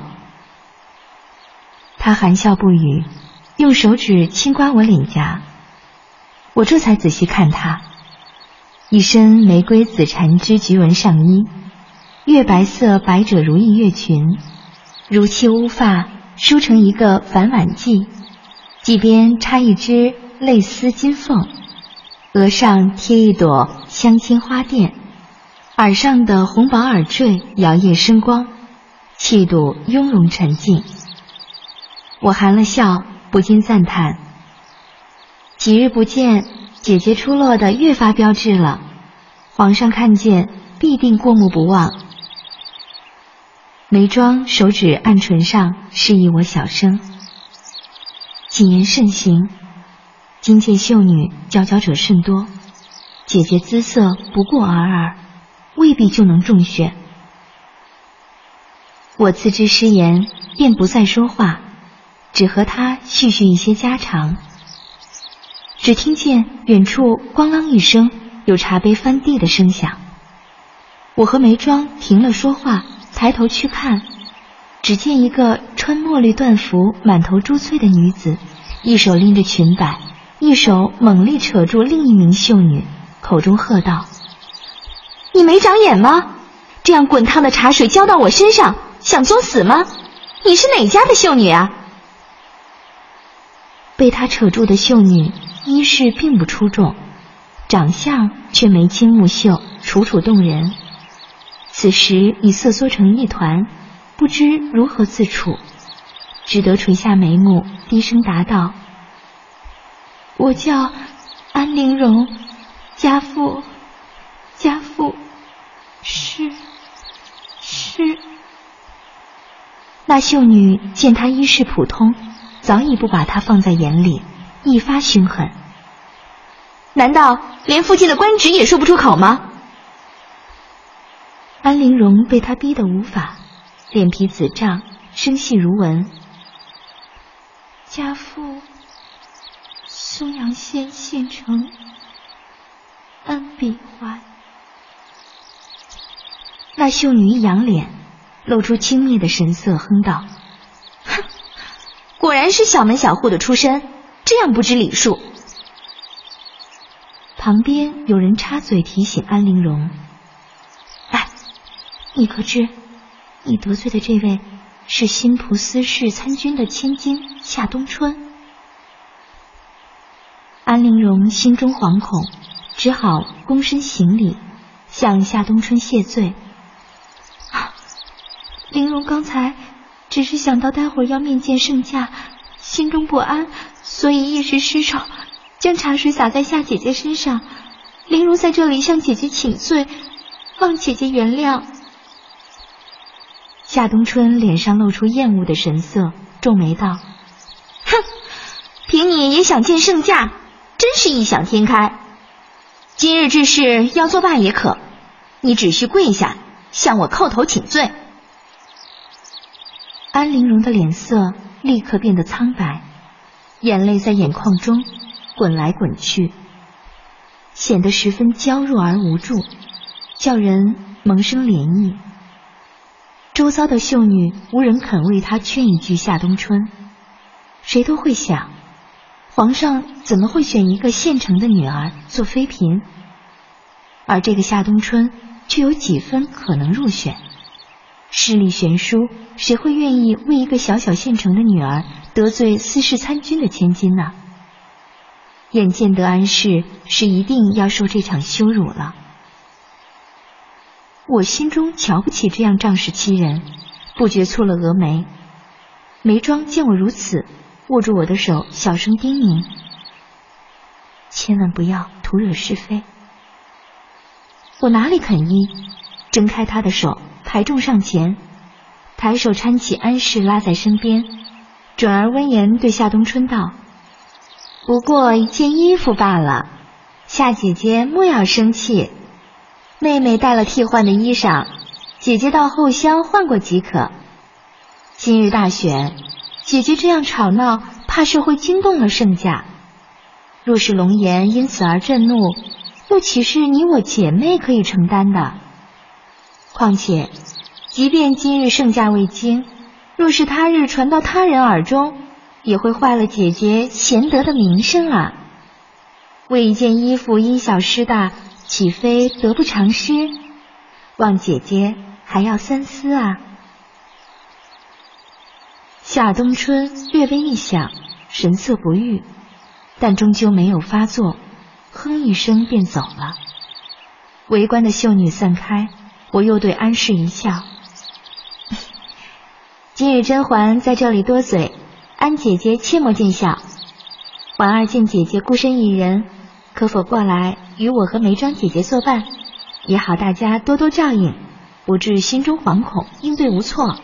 他含笑不语，用手指轻刮我脸颊。我这才仔细看他，一身玫瑰紫缠枝菊纹上衣，月白色百褶如意月裙，如漆乌发梳成一个反碗髻，髻边插一只蕾丝金凤，额上贴一朵镶金花钿，耳上的红宝耳坠摇曳生光，气度雍容沉静。我含了笑，不禁赞叹：几日不见，姐姐出落得越发标致了，皇上看见必定过目不忘。眉庄手指按唇上，示意我小声：谨言慎行，今届秀女佼佼者甚多，姐姐姿色不过尔尔，未必就能中选。我自知失言，便不再说话，只和他叙叙一些家常。只听见远处咣啷一声，有茶杯翻地的声响。我和眉庄停了说话，抬头去看，只见一个穿墨绿缎服、满头珠翠的女子，一手拎着裙摆，一手猛力扯住另一名秀女，口中喝道：“你没长眼吗？这样滚烫的茶水浇到我身上，想作死吗？你是哪家的秀女啊？”被他扯住的秀女衣饰并不出众，长相却眉清目秀，楚楚动人。此时已瑟缩成一团，不知如何自处，只得垂下眉目，低声答道：“我叫安陵容，家父家父是是。”那秀女见他衣饰普通，早已不把他放在眼里，一发凶狠：“难道连父亲的官职也说不出口吗？”安陵容被他逼得无法，脸皮紫胀，声细如蚊：“家父松阳县县城安秉怀。”那秀女一扬脸，露出轻蔑的神色，哼道：“哼，果然是小门小户的出身，这样不知礼数。”旁边有人插嘴提醒安陵容：“哎，你可知你得罪的这位是新蒲司事参军的千金夏冬春？”安陵容心中惶恐，只好躬身行礼，向夏冬春谢罪：“啊，陵容刚才只是想到待会儿要面见圣驾，心中不安，所以一时失手，将茶水洒在夏姐姐身上。陵容在这里向姐姐请罪，望姐姐原谅。”夏冬春脸上露出厌恶的神色，皱眉道：“哼，凭你也想见圣驾，真是异想天开。今日之事要作罢也可，你只需跪下向我叩头请罪。”安陵容的脸色立刻变得苍白，眼泪在眼眶中滚来滚去，显得十分娇弱而无助，叫人萌生怜意。周遭的秀女无人肯为她劝一句夏冬春，谁都会想，皇上怎么会选一个县城的女儿做妃嫔？而这个夏冬春却有几分可能入选。势力悬殊，谁会愿意为一个小小县城的女儿得罪司事参军的千金呢？眼见得安氏是一定要受这场羞辱了。我心中瞧不起这样仗势欺人，不觉蹙了蛾眉。眉庄见我如此，握住我的手，小声叮咛：“千万不要徒惹是非。”我哪里肯依，挣开他的手，抬重上前，抬手搀起安氏拉在身边，转而温言对夏冬春道：“不过一件衣服罢了，夏姐姐莫要生气。妹妹带了替换的衣裳，姐姐到后厢换过即可。今日大选，姐姐这样吵闹，怕是会惊动了圣驾。 若是龙颜因此而震怒，又岂是你我姐妹可以承担的？况且，即便今日圣驾未经，若是他日传到他人耳中，也会坏了姐姐贤德的名声啊！为一件衣服因小失大，岂非得不偿失？望姐姐还要三思啊！夏冬春略微一想，神色不悦，但终究没有发作，哼一声便走了。围观的秀女散开，我又对安氏一笑：今日甄嬛在这里多嘴，安姐姐切莫见笑。嬛儿见姐姐孤身一人，可否过来与我和眉庄姐姐作伴，也好大家多多照应，不至心中惶恐，应对无措。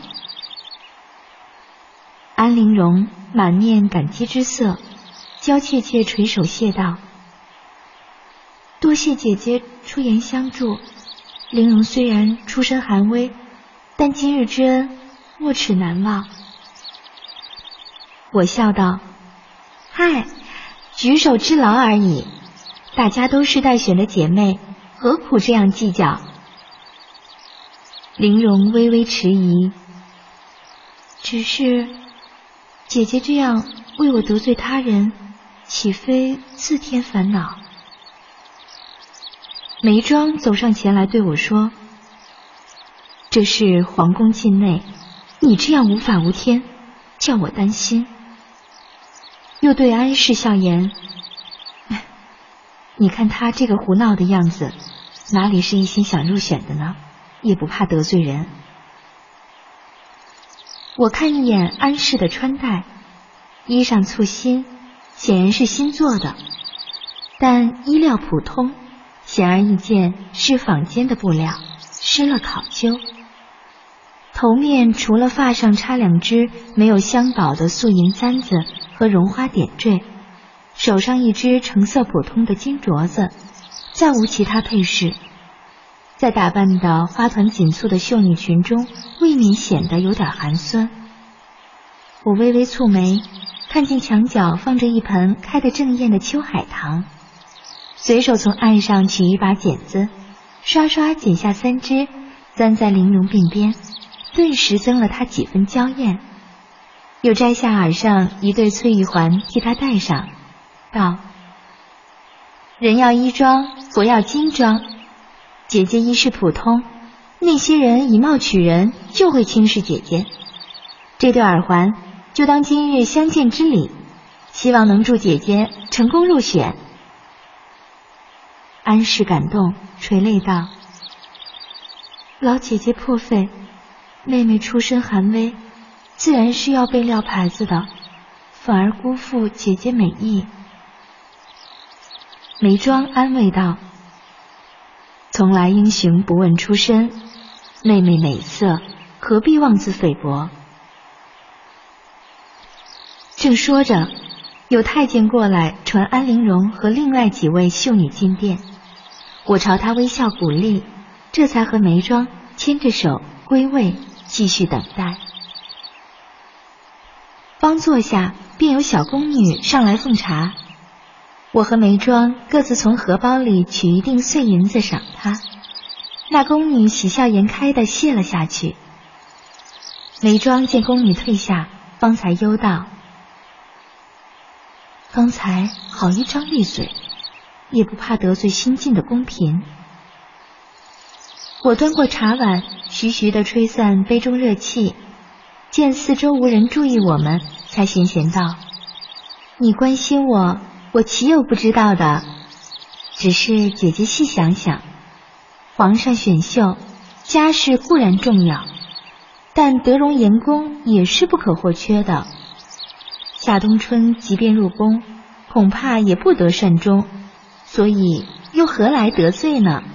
安陵容满面感激之色，娇怯怯垂手谢道：多谢姐姐出言相助，陵容虽然出身寒微，但今日之恩没齿难忘。我笑道：嗨，举手之劳而已，大家都是待选的姐妹，何苦这样计较？陵容微微迟疑，只是姐姐这样为我得罪他人，岂非自添烦恼？眉庄走上前来对我说：这是皇宫境内，你这样无法无天，叫我担心。又对安氏笑言：你看他这个胡闹的样子，哪里是一心想入选的呢？也不怕得罪人。我看一眼安氏的穿戴，衣裳簇新，显然是新做的，但衣料普通，显而易见是坊间的布料，失了考究。头面除了发上插两只没有镶宝的素银簪子和绒花点缀，手上一只成色普通的金镯子，再无其他配饰。在打扮的花团锦簇的秀女群中，未免显得有点寒酸。我微微蹙眉，看见墙角放着一盆开得正艳的秋海棠，随手从案上取一把剪子，刷刷剪下三枝，簪在玲珑鬓边，顿时增了她几分娇艳。又摘下耳上一对翠玉环替她戴上，道：人要衣装，佛要金装，姐姐衣饰普通，那些人以貌取人，就会轻视姐姐。这对耳环就当今日相见之礼，希望能助姐姐成功入选。安氏感动，垂泪道：老姐姐破费，妹妹出身寒微，自然是要被撂牌子的，反而辜负姐姐美意。眉庄安慰道：从来英雄不问出身，妹妹美色，何必妄自菲薄？正说着，有太监过来传安陵容和另外几位秀女进殿，我朝他微笑鼓励，这才和眉庄牵着手归位，继续等待。方坐下，便有小宫女上来奉茶。我和眉庄各自从荷包里取一锭碎银子赏她，那宫女喜笑颜开地谢了下去。眉庄见宫女退下，方才忧道：方才好一张利嘴，也不怕得罪新进的宫嫔。我端过茶碗，徐徐地吹散杯中热气，见四周无人注意我们，才闲闲道：你关心我，我岂有不知道的？只是姐姐细想想，皇上选秀，家世固然重要，但德容颜功也是不可或缺的。夏冬春即便入宫，恐怕也不得善终，所以又何来得罪呢？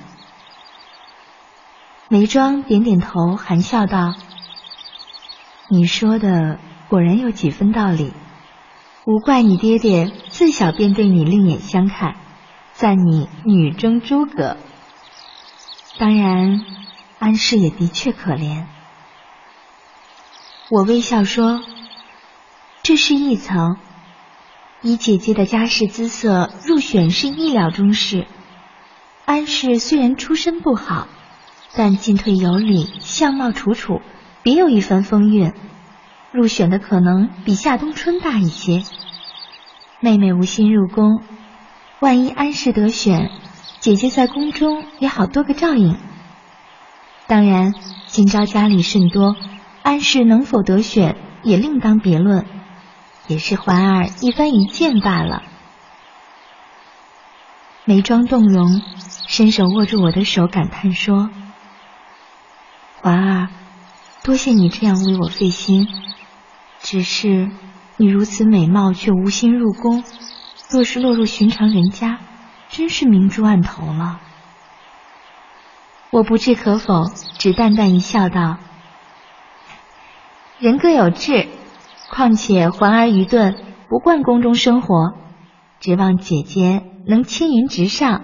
眉庄点点头，含笑道：你说的果然有几分道理，无怪你爹爹自小便对你另眼相看，赞你女中诸葛。当然，安氏也的确可怜。我微笑说：这是一层， 以姐姐的家世姿色，入选是意料中事。安氏虽然出身不好，但进退有礼，相貌楚楚，别有一番风韵，入选的可能比夏冬春大一些。妹妹无心入宫，万一安氏得选，姐姐在宫中也好多个照应。当然，今朝家里甚多，安氏能否得选也另当别论，也是环儿一番一见罢了。眉庄动容，伸手握住我的手，感叹说：环儿，多谢你这样为我费心，只是你如此美貌却无心入宫，若是落入寻常人家，真是明珠暗投了。我不置可否，只淡淡一笑道：人各有志，况且环儿愚钝，不惯宫中生活，指望姐姐能青云直上。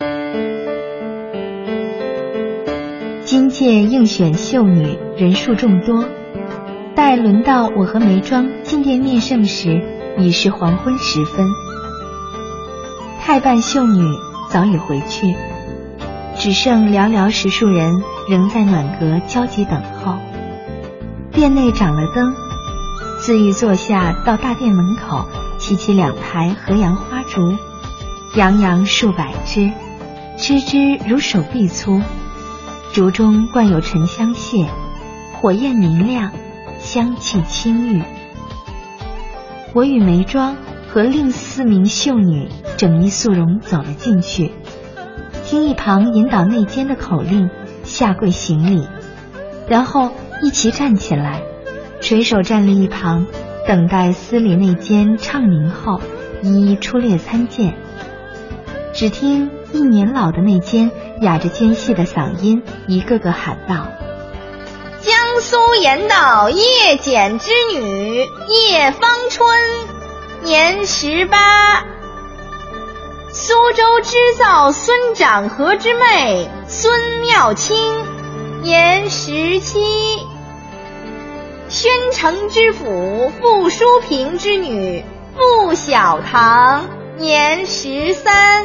今届应选秀女人数众多，待轮到我和眉庄进殿面圣时，已是黄昏时分。太半秀女早已回去，只剩寥寥十数人仍在暖阁焦急等候。殿内掌了灯，自欲坐下到大殿门口，齐齐两排河阳花烛，洋洋数百枝，枝枝如手臂粗，烛中灌有沉香屑，火焰明亮，香气清郁。我与眉庄和另四名秀女整衣素容走了进去，听一旁引导内监的口令，下跪行礼，然后一齐站起来，垂手站立一旁，等待司礼内监唱名后，一一出列参见。只听一年老的内监哑着尖细的嗓音，一个个喊道： 江苏盐道叶简之女叶芳春，年十八；苏州织造孙长和之妹孙妙清，年十七；宣城知府傅淑平之女傅小棠，年十三。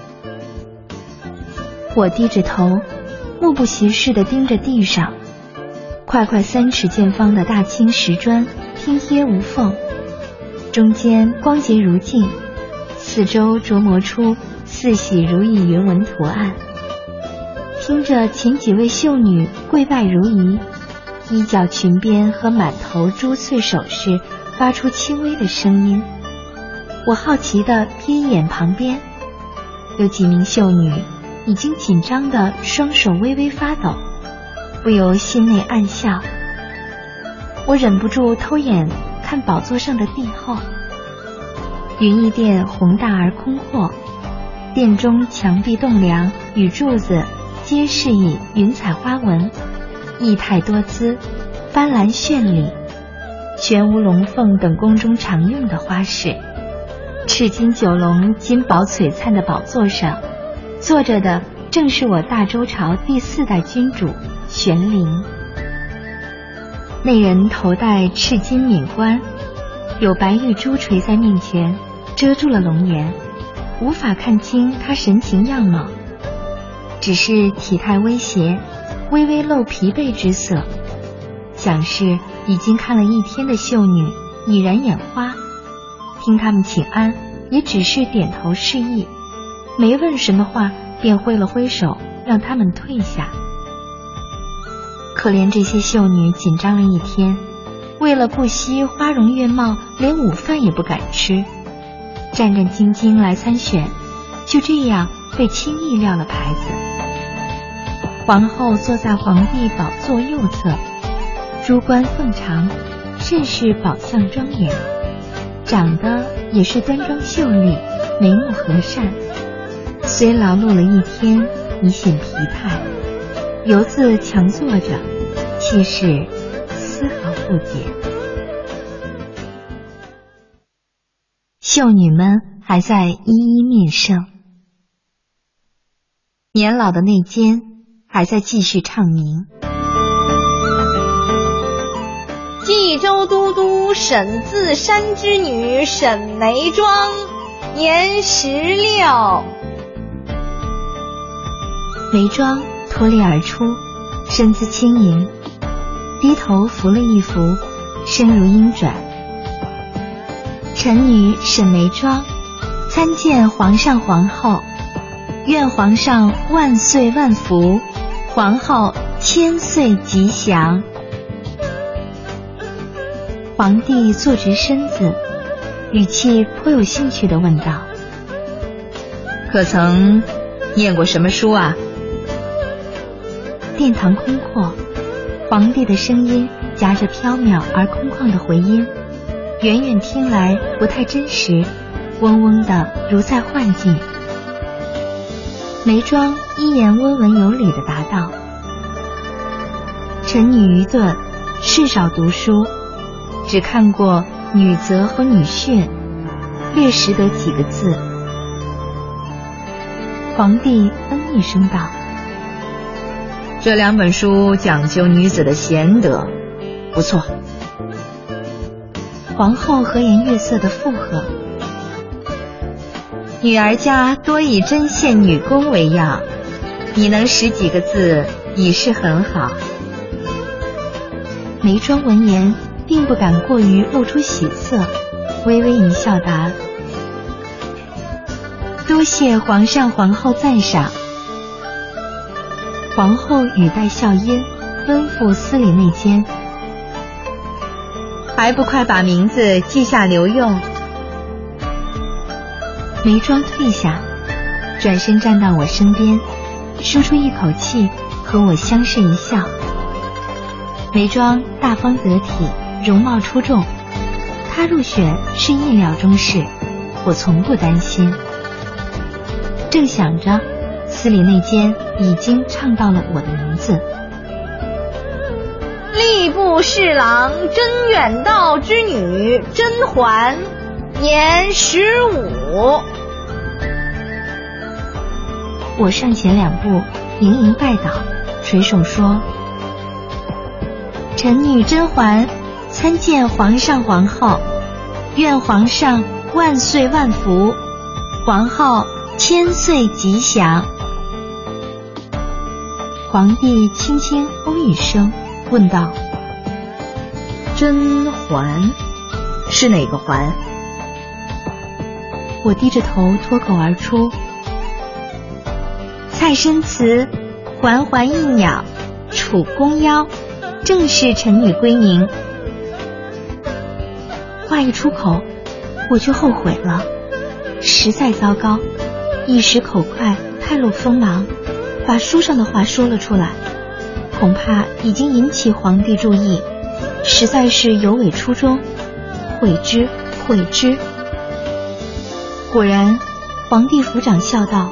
我低着头，目不斜视地盯着地上，块块三尺见方的大青石砖，拼贴无缝，中间光洁如镜，四周琢磨出四喜如意云纹图案。听着前几位秀女跪拜如仪，衣角裙边和满头珠翠首饰发出轻微的声音，我好奇地瞥一眼旁边，有几名秀女已经紧张的双手微微发抖，不由心内暗笑。我忍不住偷眼看宝座上的帝后。云翼殿宏大而空阔，殿中墙壁栋梁与柱子皆是以云彩花纹，异态多姿，斑斓绚丽，全无龙凤等宫中常用的花饰。赤金九龙金宝璀璨的宝座上，坐着的正是我大周朝第四代君主玄龄。那人头戴赤金冕冠，有白玉珠垂在面前，遮住了龙颜，无法看清他神情样貌，只是体态微斜，微微露疲惫之色，想是已经看了一天的秀女已然眼花。听他们请安，也只是点头示意，没问什么话，便挥了挥手让他们退下。可怜这些秀女紧张了一天，为了不惜花容月貌，连午饭也不敢吃，战战兢兢来参选，就这样被轻易撂了牌子。皇后坐在皇帝宝座右侧，珠冠凤裳，甚是宝相庄严，长得也是端庄秀丽，眉目和善。虽劳碌了一天，已显疲态，犹自强坐着，气势丝毫不减。秀女们还在一一面圣，年老的内监还在继续唱名。 冀州都督沈自山之女沈眉庄，年十六。 眉庄脱离而出，身姿轻盈，低头扶了一扶，声如鹰转。臣女沈眉庄参见皇上皇后，愿皇上万岁万福，皇后千岁吉祥。皇帝坐直身子，语气颇有兴趣地问道： 可曾念过什么书啊？ 殿堂空阔，皇帝的声音夹着飘渺而空旷的回音，远远听来不太真实，嗡嗡的如在幻境。眉庄依言温文有礼地答道：臣女愚钝，甚少读书，只看过女则和女训，略识得几个字。皇帝嗯一声道： 这两本书讲究女子的贤德，不错。 皇后和颜悦色地附和： 女儿家多以针线女工为要，你能识几个字已是很好。 眉庄闻言并不敢过于露出喜色，微微一笑答：多谢皇上皇后赞赏。皇后语带笑音，吩咐司礼内监： 还不快把名字记下留用。 眉庄退下，转身站到我身边，舒出一口气，和我相视一笑。眉庄大方得体，容貌出众，她入选是意料中事，我从不担心。正想着，司礼内监已经唱到了我的名字： 吏部侍郎甄远道之女甄嬛，年十五。 我上前两步，盈盈拜倒，垂手说：臣女甄嬛参见皇上皇后，愿皇上万岁万福，皇后千岁吉祥。皇帝轻轻哦一声，问道： 甄嬛是哪个嬛？ 我低着头脱口而出：蔡申词，环环一鸟，楚宫腰，正是臣女闺名。话一出口，我就后悔了，实在糟糕，一时口快，太露锋芒，把书上的话说了出来，恐怕已经引起皇帝注意，实在是有违初衷，悔之悔之。果然，皇帝抚掌笑道：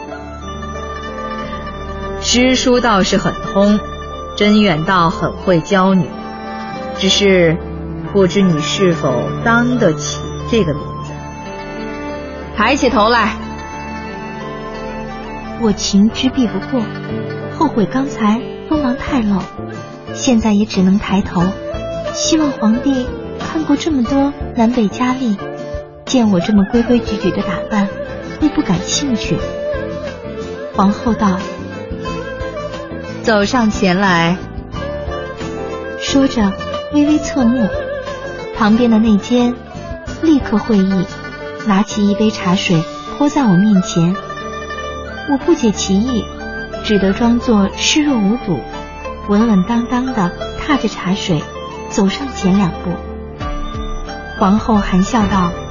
诗书倒是很通，甄远道很会教女，只是不知你是否当得起这个名字。抬起头来。 我情之避不过，后悔刚才锋芒太露，现在也只能抬头，希望皇帝看过这么多南北佳丽，见我这么规规矩矩的打扮，会不感兴趣。皇后道： 走上前来。 说着微微侧目，旁边的内监立刻会意，拿起一杯茶水泼在我面前。我不解其意，只得装作视若无睹，稳稳当当地踏着茶水走上前两步。皇后含笑道：